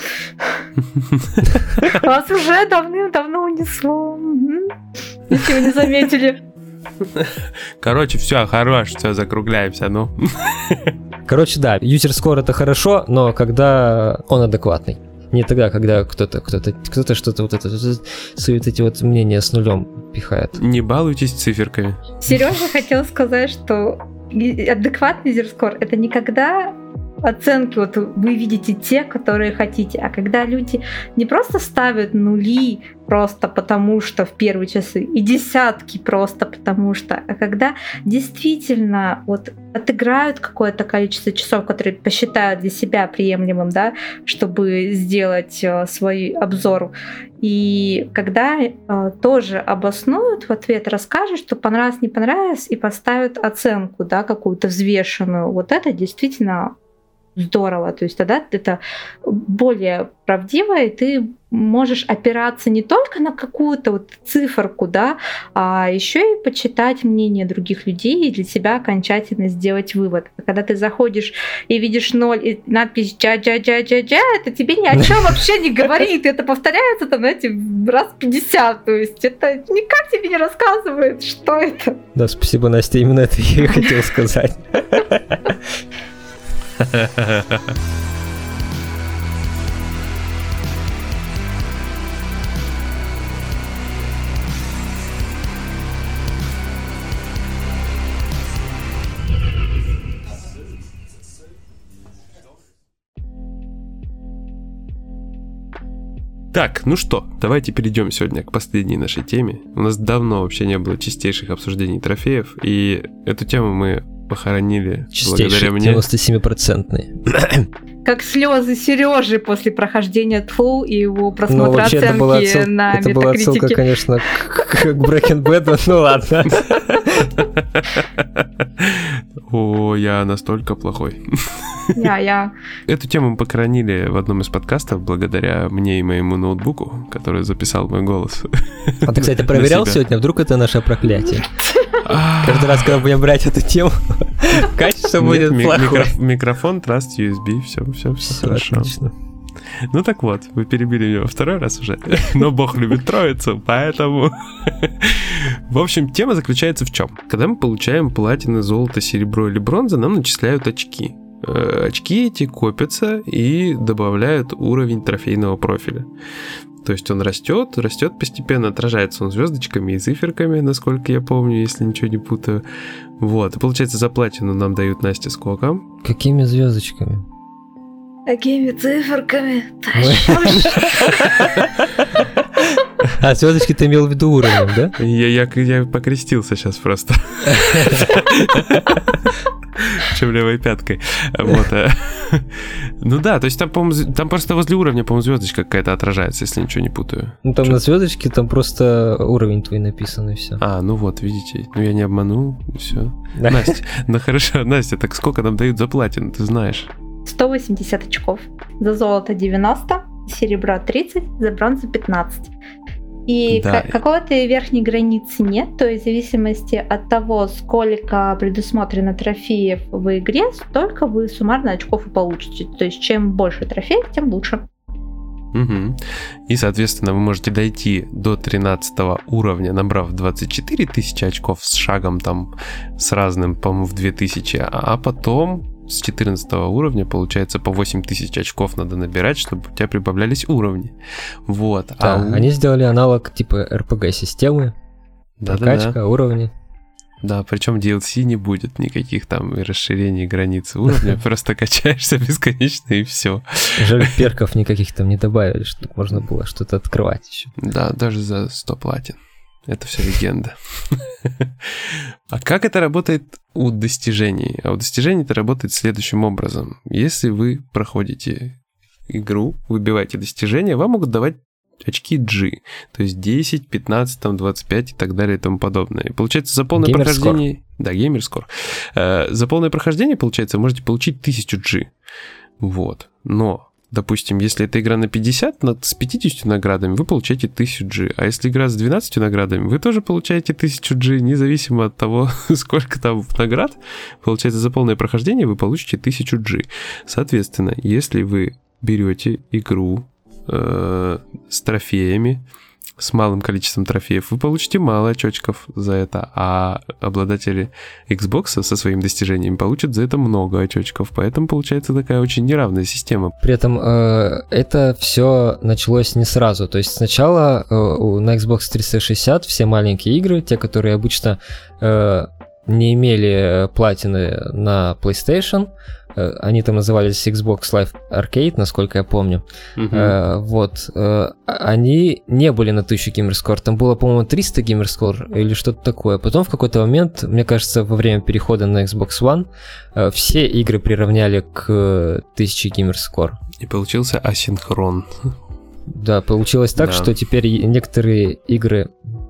Вас уже давным-давно унесло. Ничего не заметили. Короче, все, хорош, все, закругляемся, ну. Короче, да, юзер-скор это хорошо, но когда он адекватный. Не тогда, когда кто-то, кто-то, кто-то что-то вот это, свои вот эти вот мнения с нулем пихает. Не балуйтесь циферками. Сережа хотел сказать, что адекватный юзер-скор это не когда оценки вот вы видите те, которые хотите, а когда люди не просто ставят нули просто потому что в первые часы и десятки просто потому что, а когда действительно вот отыграют какое-то количество часов, которые посчитают для себя приемлемым, да, чтобы сделать э, свой обзор, и когда э, тоже обоснуют в ответ, расскажут, что понравилось, не понравилось, и поставят оценку, да, какую-то взвешенную, вот это действительно здорово, то есть тогда это более правдиво, и ты можешь опираться не только на какую-то вот циферку, да, а еще и почитать мнение других людей и для себя окончательно сделать вывод. А когда ты заходишь и видишь ноль и надпись «джа-джа-джа-джа-джа», это тебе ни о чем вообще не говорит, это повторяется там, знаете, раз пятьдесят, то есть это никак тебе не рассказывает, что это. Да, спасибо, Настя, именно это я и хотел сказать. Так, ну что, давайте перейдем сегодня к последней нашей теме. У нас давно вообще не было чистейших обсуждений трофеев, и эту тему мы похоронили благодаря мне. девяносто семь процентов. Как слезы Сережи после прохождения ТФУ и его просмотра ну, оценки это была отсыл... на это Metacritic. Была отсылка, конечно, к, к Breaking Bad, ну ладно. О, я настолько плохой. Я, я. Эту тему мы похоронили в одном из подкастов благодаря мне и моему ноутбуку, который записал мой голос. А ты, кстати, проверял сегодня? Вдруг это наше проклятие? Каждый раз, когда будем брать эту тему, качество будет плохое. Микрофон, Trust ю эс би, все, все, все хорошо. Отлично. Ну так вот, вы перебили меня во второй раз уже, но Бог любит троицу, поэтому... В общем, тема заключается в чем? Когда мы получаем платины, золото, серебро или бронза, нам начисляют очки. Очки эти копятся и добавляют уровень трофейного профиля. То есть он растет, растет постепенно, отражается он звездочками и циферками, насколько я помню, если ничего не путаю. Вот, и получается за платину нам дают, Настя, сколько? Какими звездочками? Какими циферками? А звездочки ты имел в виду уровнем, да? Я, я, я покрестился сейчас просто. чем левой пяткой. Вот. Ну да, то есть там, по-моему, там просто возле уровня, по-моему, звездочка какая-то отражается, если ничего не путаю. Ну там на звездочке там просто уровень твой написан, и все. А, ну вот, видите. Ну я не обманул, и все. Настя, ну хорошо, Настя, так сколько нам дают за платину, ты знаешь? сто восемьдесят очков. За золото девяносто, серебро тридцать, за бронзу пятнадцать. И да. к- какой-то верхней границы нет, то есть в зависимости от того, сколько предусмотрено трофеев в игре, столько вы суммарно очков и получите. То есть чем больше трофеев, тем лучше. Угу. И, соответственно, вы можете дойти до тринадцатого уровня, набрав двадцать четыре тысячи очков с шагом там, с разным, по-моему, в две тысячи, а потом с четырнадцатого уровня, получается, по восемь тысяч очков надо набирать, чтобы у тебя прибавлялись уровни. Вот. Да, а у... они сделали аналог типа эр пи джи-системы, прокачка, Да-да-да. уровни. Да, причем ди эл си не будет никаких там расширений границ уровня, просто качаешься бесконечно и все. Жаль, перков никаких там не добавили, чтобы можно было что-то открывать еще. Да, даже за сто платин. Это все легенда. А как это работает у достижений? А у достижений это работает следующим образом. Если вы проходите игру, выбиваете достижения, вам могут давать очки G, то есть десять, пятнадцать, там, двадцать пять и так далее и тому подобное. И получается, за полное Gamer прохождение... Score. Да, геймер-скор. Э, за полное прохождение, получается, вы можете получить тысячу G. Вот. Но, допустим, если это игра на пятьдесят, с пятьюдесятью наградами вы получаете тысячу G. А если игра с двенадцатью наградами, вы тоже получаете тысячу G, независимо от того, сколько там наград. Получается, за полное прохождение вы получите тысячу G. Соответственно, если вы берете игру э, с трофеями, с малым количеством трофеев, вы получите мало очочков за это, а обладатели Xbox со своими достижениями получат за это много очочков, поэтому получается такая очень неравная система. При этом э, это все началось не сразу, то есть сначала э, на Xbox триста шестьдесят все маленькие игры, те, которые обычно э, не имели платины на PlayStation, они там назывались Xbox Live Arcade, насколько я помню. Uh-huh. Э, вот. Э, они не были на тысячу геймерскор. Там было, по-моему, триста геймерскор или что-то такое. Потом в какой-то момент, мне кажется, во время перехода на Xbox One, э, все игры приравняли к тысяче геймерскор. И получился асинхрон. Да, получилось так, да. Что теперь некоторые игры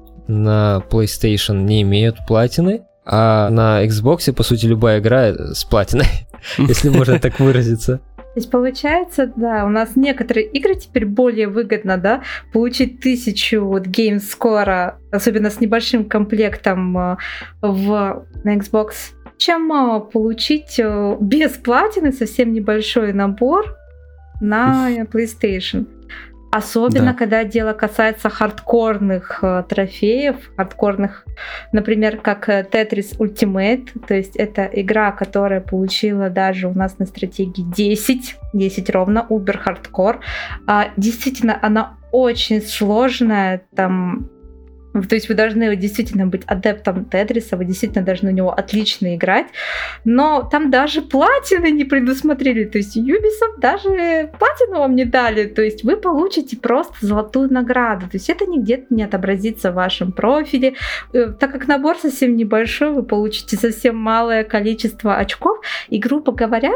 на PlayStation не имеют платины, а на Xbox, по сути, любая игра с платиной. Если можно так выразиться. То есть получается, да, у нас некоторые игры теперь более выгодно, да, получить тысячу вот геймскора, особенно с небольшим комплектом в, на Xbox, чем получить без платины совсем небольшой набор на PlayStation. Особенно, да. Когда дело касается хардкорных э, трофеев, хардкорных, например, как Tetris Ultimate, то есть это игра, которая получила даже у нас на стратегии десять, десять ровно, Uber Hardcore. А, действительно, она очень сложная, там... То есть вы должны действительно быть адептом Тетриса, вы действительно должны в него отлично играть, но там даже платины не предусмотрели, то есть Ubisoft даже платину вам не дали, то есть вы получите просто золотую награду, то есть это нигде не отобразится в вашем профиле, так как набор совсем небольшой, вы получите совсем малое количество очков, и, грубо говоря,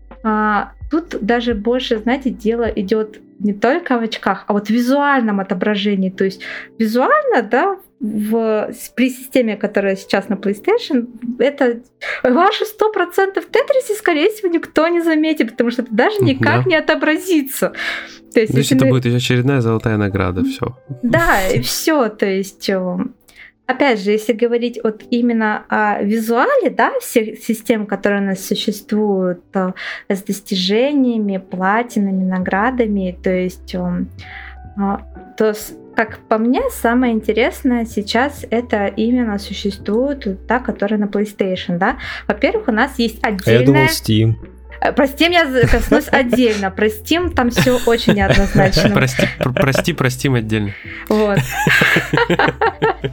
тут даже больше, знаете, дело идет не только в очках, а вот в визуальном отображении. То есть визуально, да, в, при системе, которая сейчас на PlayStation, это ваши сто процентов в Тетрисе, скорее всего, никто не заметит, потому что это даже никак да. не отобразится. То есть, если это мы... будет очередная золотая награда, все. Да, и все, то есть... Опять же, если говорить вот именно о визуале, да, всех систем, которые у нас существуют, то с достижениями, платинами, наградами, то есть, то, как по мне, самое интересное сейчас это именно существует та, которая на PlayStation, да. Во-первых, у нас есть отдельная... А я думал, Steam. Про Steam я коснусь отдельно. Про Steam там все очень неоднозначно. Прости, прости, простим отдельно. Вот.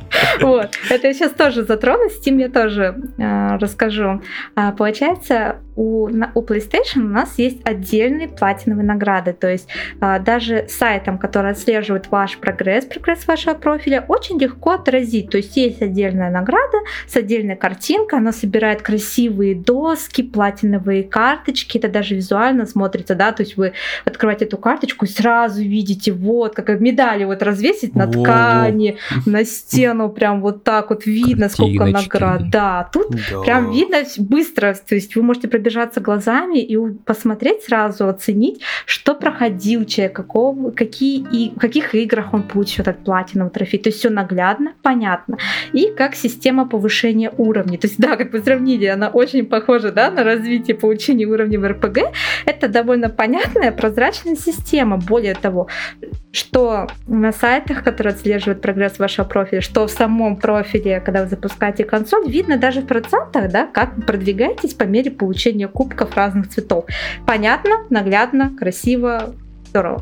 Вот. Это я сейчас тоже затрону. Steam я тоже э, расскажу. А, получается, у, на, у PlayStation у нас есть отдельные платиновые награды, то есть а, даже сайтам, которые отслеживают ваш прогресс, прогресс вашего профиля, очень легко отразить. То есть есть отдельная награда с отдельной картинкой, она собирает красивые доски, платиновые карточки, это даже визуально смотрится, да, то есть вы открываете эту карточку и сразу видите, вот, как медали вот развесить на Во-во. ткани, на стену, прям вот так вот видно, сколько наград. Да, тут да. прям видно быстро, то есть вы можете пробежаться глазами и посмотреть сразу, оценить, что проходил человек, какого, какие и в каких играх он получил этот платиновый трофей. То есть все наглядно, понятно. И как система повышения уровней. То есть, да, как вы сравнили, она очень похожа, да, на развитие получения уровней в эр пи джи. Это довольно понятная, прозрачная система. Более того, что на сайтах, которые отслеживают прогресс вашего профиля, что в самом профиле, когда вы запускаете консоль, видно даже в процентах, да, как вы продвигаетесь по мере получения кубков разных цветов. Понятно, наглядно, красиво, здорово.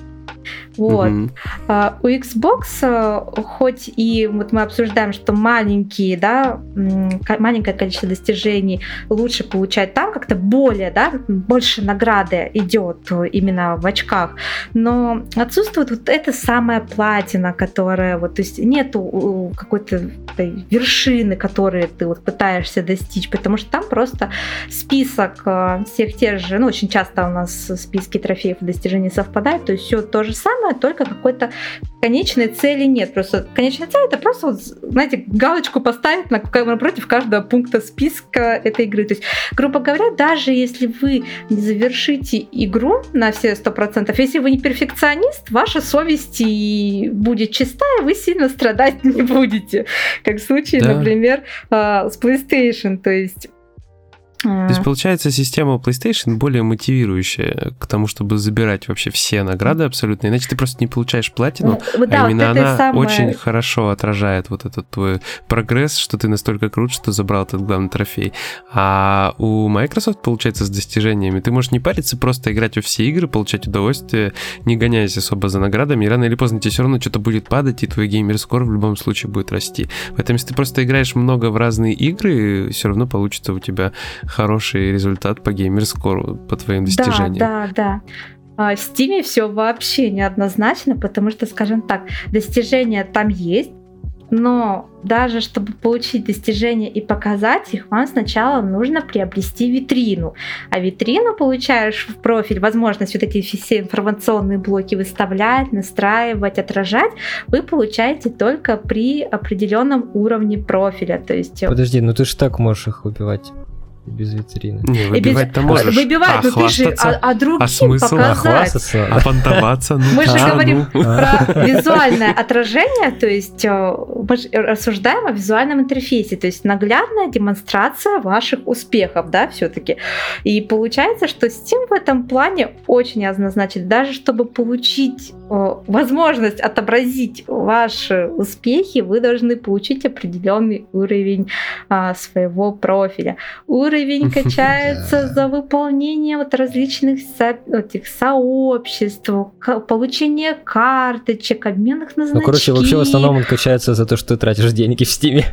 Вот. Mm-hmm. Uh, у Xbox, uh, хоть и вот мы обсуждаем, что маленькие, да, маленькое количество достижений лучше получать там, как-то более, да, больше награды идет именно в очках, но отсутствует вот эта самая платина, которая вот, то есть нету какой-то вершины, которую ты вот пытаешься достичь, потому что там просто список uh, всех тех же, ну, очень часто у нас списки трофеев и достижений совпадают, то есть все то же самое, только какой-то конечной цели нет. Просто конечная цель — это просто, вот, знаете, галочку поставить на, напротив каждого пункта списка этой игры. То есть, грубо говоря, даже если вы не завершите игру на все сто процентов, если вы не перфекционист, ваша совесть и будет чистая, вы сильно страдать не будете. Как в случае, да. например, с PlayStation. То есть То есть, получается, система PlayStation более мотивирующая к тому, чтобы забирать вообще все награды абсолютно, иначе ты просто не получаешь платину, ну, да, а именно вот она самое... очень хорошо отражает вот этот твой прогресс, что ты настолько крут, что забрал этот главный трофей. А у Microsoft, получается, с достижениями ты можешь не париться, просто играть во все игры, получать удовольствие, не гоняясь особо за наградами, и рано или поздно тебе все равно что-то будет падать, и твой геймер-скор в любом случае будет расти. Поэтому, если ты просто играешь много в разные игры, все равно получится у тебя хороший результат по геймер-скору, по твоим достижениям. Да, да, да. В Steam все вообще неоднозначно, потому что, скажем так, достижения там есть, но даже чтобы получить достижения и показать их, вам сначала нужно приобрести витрину. А витрину получаешь в профиль, возможность вот эти все информационные блоки выставлять, настраивать, отражать, вы получаете только при определенном уровне профиля. То есть... Подожди, ну ты же так можешь их выбивать. Без витрины. Не, выбивать-то без... можешь. Выбивать, а ну ты же, а, а другим а смысл? показать. А понтоваться? Ну, мы же а, говорим ну. про визуальное отражение, то есть мы же рассуждаем о визуальном интерфейсе, то есть наглядная демонстрация ваших успехов, да, все-таки. И получается, что Steam в этом плане очень однозначен. Даже чтобы получить возможность отобразить ваши успехи, вы должны получить определенный уровень а, своего профиля. Уровень качается за выполнение вот различных со- этих сообществ, получение карточек, обменных на значки. Ну, короче, вообще в основном он качается за то, что ты тратишь деньги в Steam.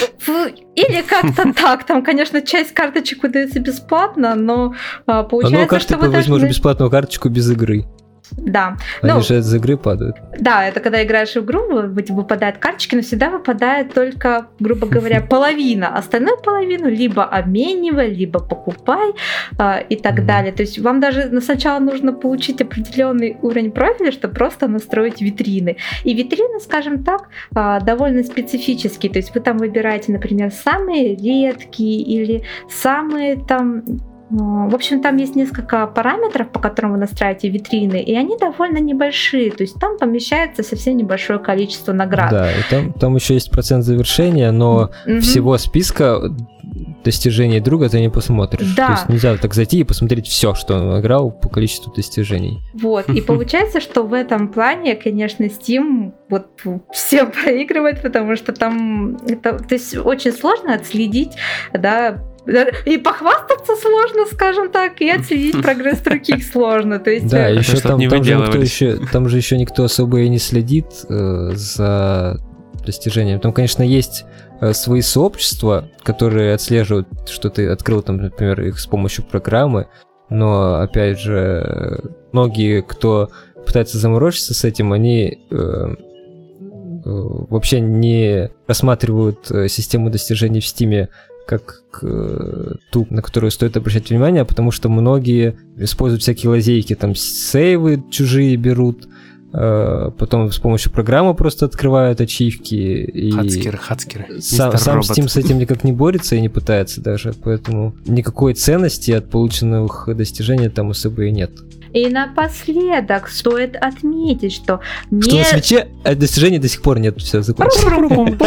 Или как-то так. Там, конечно, часть карточек выдается бесплатно, но получается, ну, как что ты вы возьмешь должны... бесплатную карточку без игры? Да. Они ну, же из игры падают. Да, это когда играешь в игру, выпадают карточки, но всегда выпадает только, грубо говоря, половина. Остальную половину либо обменивай, либо покупай э, и так mm-hmm. далее. То есть вам даже сначала нужно получить определенный уровень профиля, чтобы просто настроить витрины. И витрины, скажем так, э, довольно специфические. То есть вы там выбираете, например, самые редкие или самые там... В общем, там есть несколько параметров, по которым вы настраиваете витрины, и они довольно небольшие, то есть там помещается совсем небольшое количество наград. Да, и там, там еще есть процент завершения, но mm-hmm. всего списка достижений друга ты не посмотришь. Да. То есть нельзя так зайти и посмотреть все, что он играл по количеству достижений. Вот, и получается, что в этом плане, конечно, Steam вот всем проигрывает, потому что там это, то есть очень сложно отследить, да, и похвастаться сложно, скажем так, и отследить прогресс других сложно. То есть, да, еще там, там, же никто еще, там же еще никто особо и не следит э, за достижениям. Там, конечно, есть свои сообщества, которые отслеживают, что ты открыл, там, например, их с помощью программы, но, опять же, многие, кто пытается заморочиться с этим, они э, э, вообще не рассматривают систему достижений в Steam как э, ту, на которую стоит обращать внимание, потому что многие используют всякие лазейки, там сейвы чужие берут, э, потом с помощью программы просто открывают ачивки. И хацкеры, хацкеры. Сам, сам Steam с этим никак не борется и не пытается даже, поэтому никакой ценности от полученных достижений там особо и нет. И напоследок стоит отметить, что... Что не... на свече достижений до сих пор нет, все, закончилось.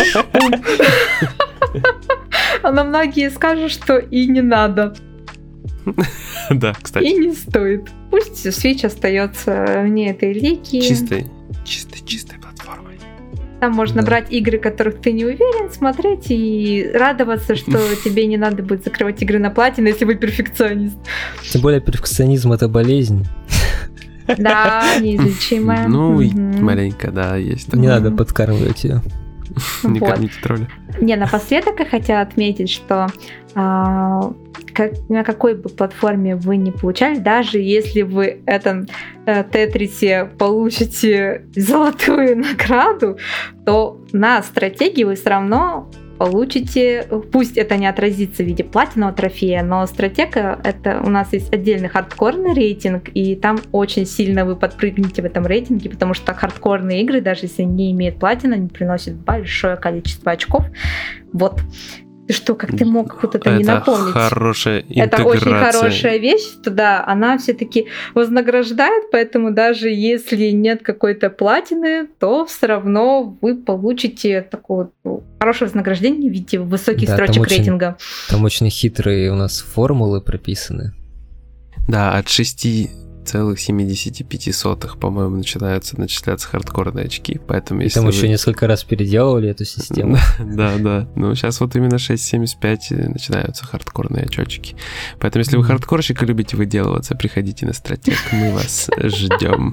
Но многие скажут, что и не надо. Да, кстати. И не стоит. Пусть Switch остается вне этой лиги. Чистой, чистой, чистой платформой. Там можно да. брать игры, которых ты не уверен, смотреть и радоваться, что тебе не надо будет закрывать игры на платину, если вы перфекционист. Тем более перфекционизм — это болезнь. Да, неизлечимая. Ну, маленько, да, есть. Не надо подкармливать ее. Не кормите тролля. Не, напоследок я хотела отметить, что а, как, на какой бы платформе вы ни получали, даже если вы в этом э, Тетрисе получите золотую награду, то на стратегии вы все равно получите, пусть это не отразится в виде платинового трофея, но стратега, это у нас есть отдельный хардкорный рейтинг, и там очень сильно вы подпрыгнете в этом рейтинге, потому что хардкорные игры, даже если не имеют платина, они приносят большое количество очков. Вот. Ты что, как ты мог вот это, это не напомнить? Это хорошая интеграция. Это очень хорошая вещь, что да, она все-таки вознаграждает, поэтому даже если нет какой-то платины, то все равно вы получите такое вот хорошее вознаграждение в виде высоких да, строчек там рейтинга. Очень, там очень хитрые у нас формулы прописаны. Да, от шесть целых семьдесят пять сотых, по-моему, начинаются начисляться хардкорные очки, поэтому если там вы... еще несколько раз переделывали эту систему. Да, да, ну сейчас вот именно шесть семьдесят пять начинаются хардкорные очочки. Поэтому если вы хардкорщик и любите выделываться, приходите на стратег, мы вас ждем.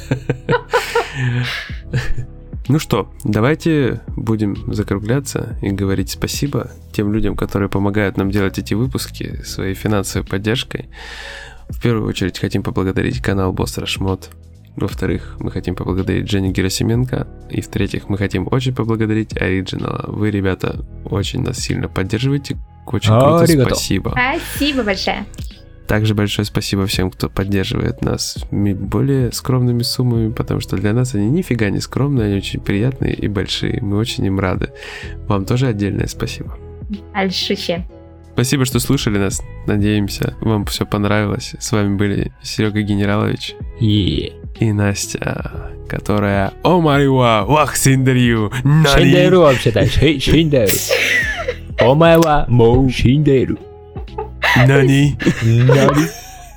Ну что, давайте будем закругляться и говорить спасибо тем людям, которые помогают нам делать эти выпуски своей финансовой поддержкой. В первую очередь хотим поблагодарить канал Boss Rush Mod. Во-вторых, мы хотим поблагодарить Женю Герасименко. И в-третьих, мы хотим очень поблагодарить Original. Вы, ребята, очень нас сильно поддерживаете. Очень круто, Аригато. Спасибо. Спасибо большое. Также большое спасибо всем, кто поддерживает нас более скромными суммами, потому что для нас они нифига не скромные, они очень приятные и большие. Мы очень им рады. Вам тоже отдельное спасибо. Большое. Спасибо, что слушали нас. Надеемся, вам все понравилось. С вами были Серега Генералович yeah. и Настя, которая «О майва, вах синдерю, нани!» Шиндеру вообще-то, шиндеру. «О майва, моу шиндеру». Нани. Нани.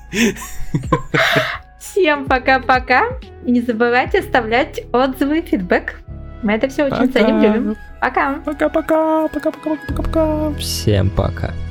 Всем пока-пока. И не забывайте оставлять отзывы, фидбэк. Мы это все очень ценим, любим. Пока. Пока-пока. Пока-пока-пока-пока. Всем пока.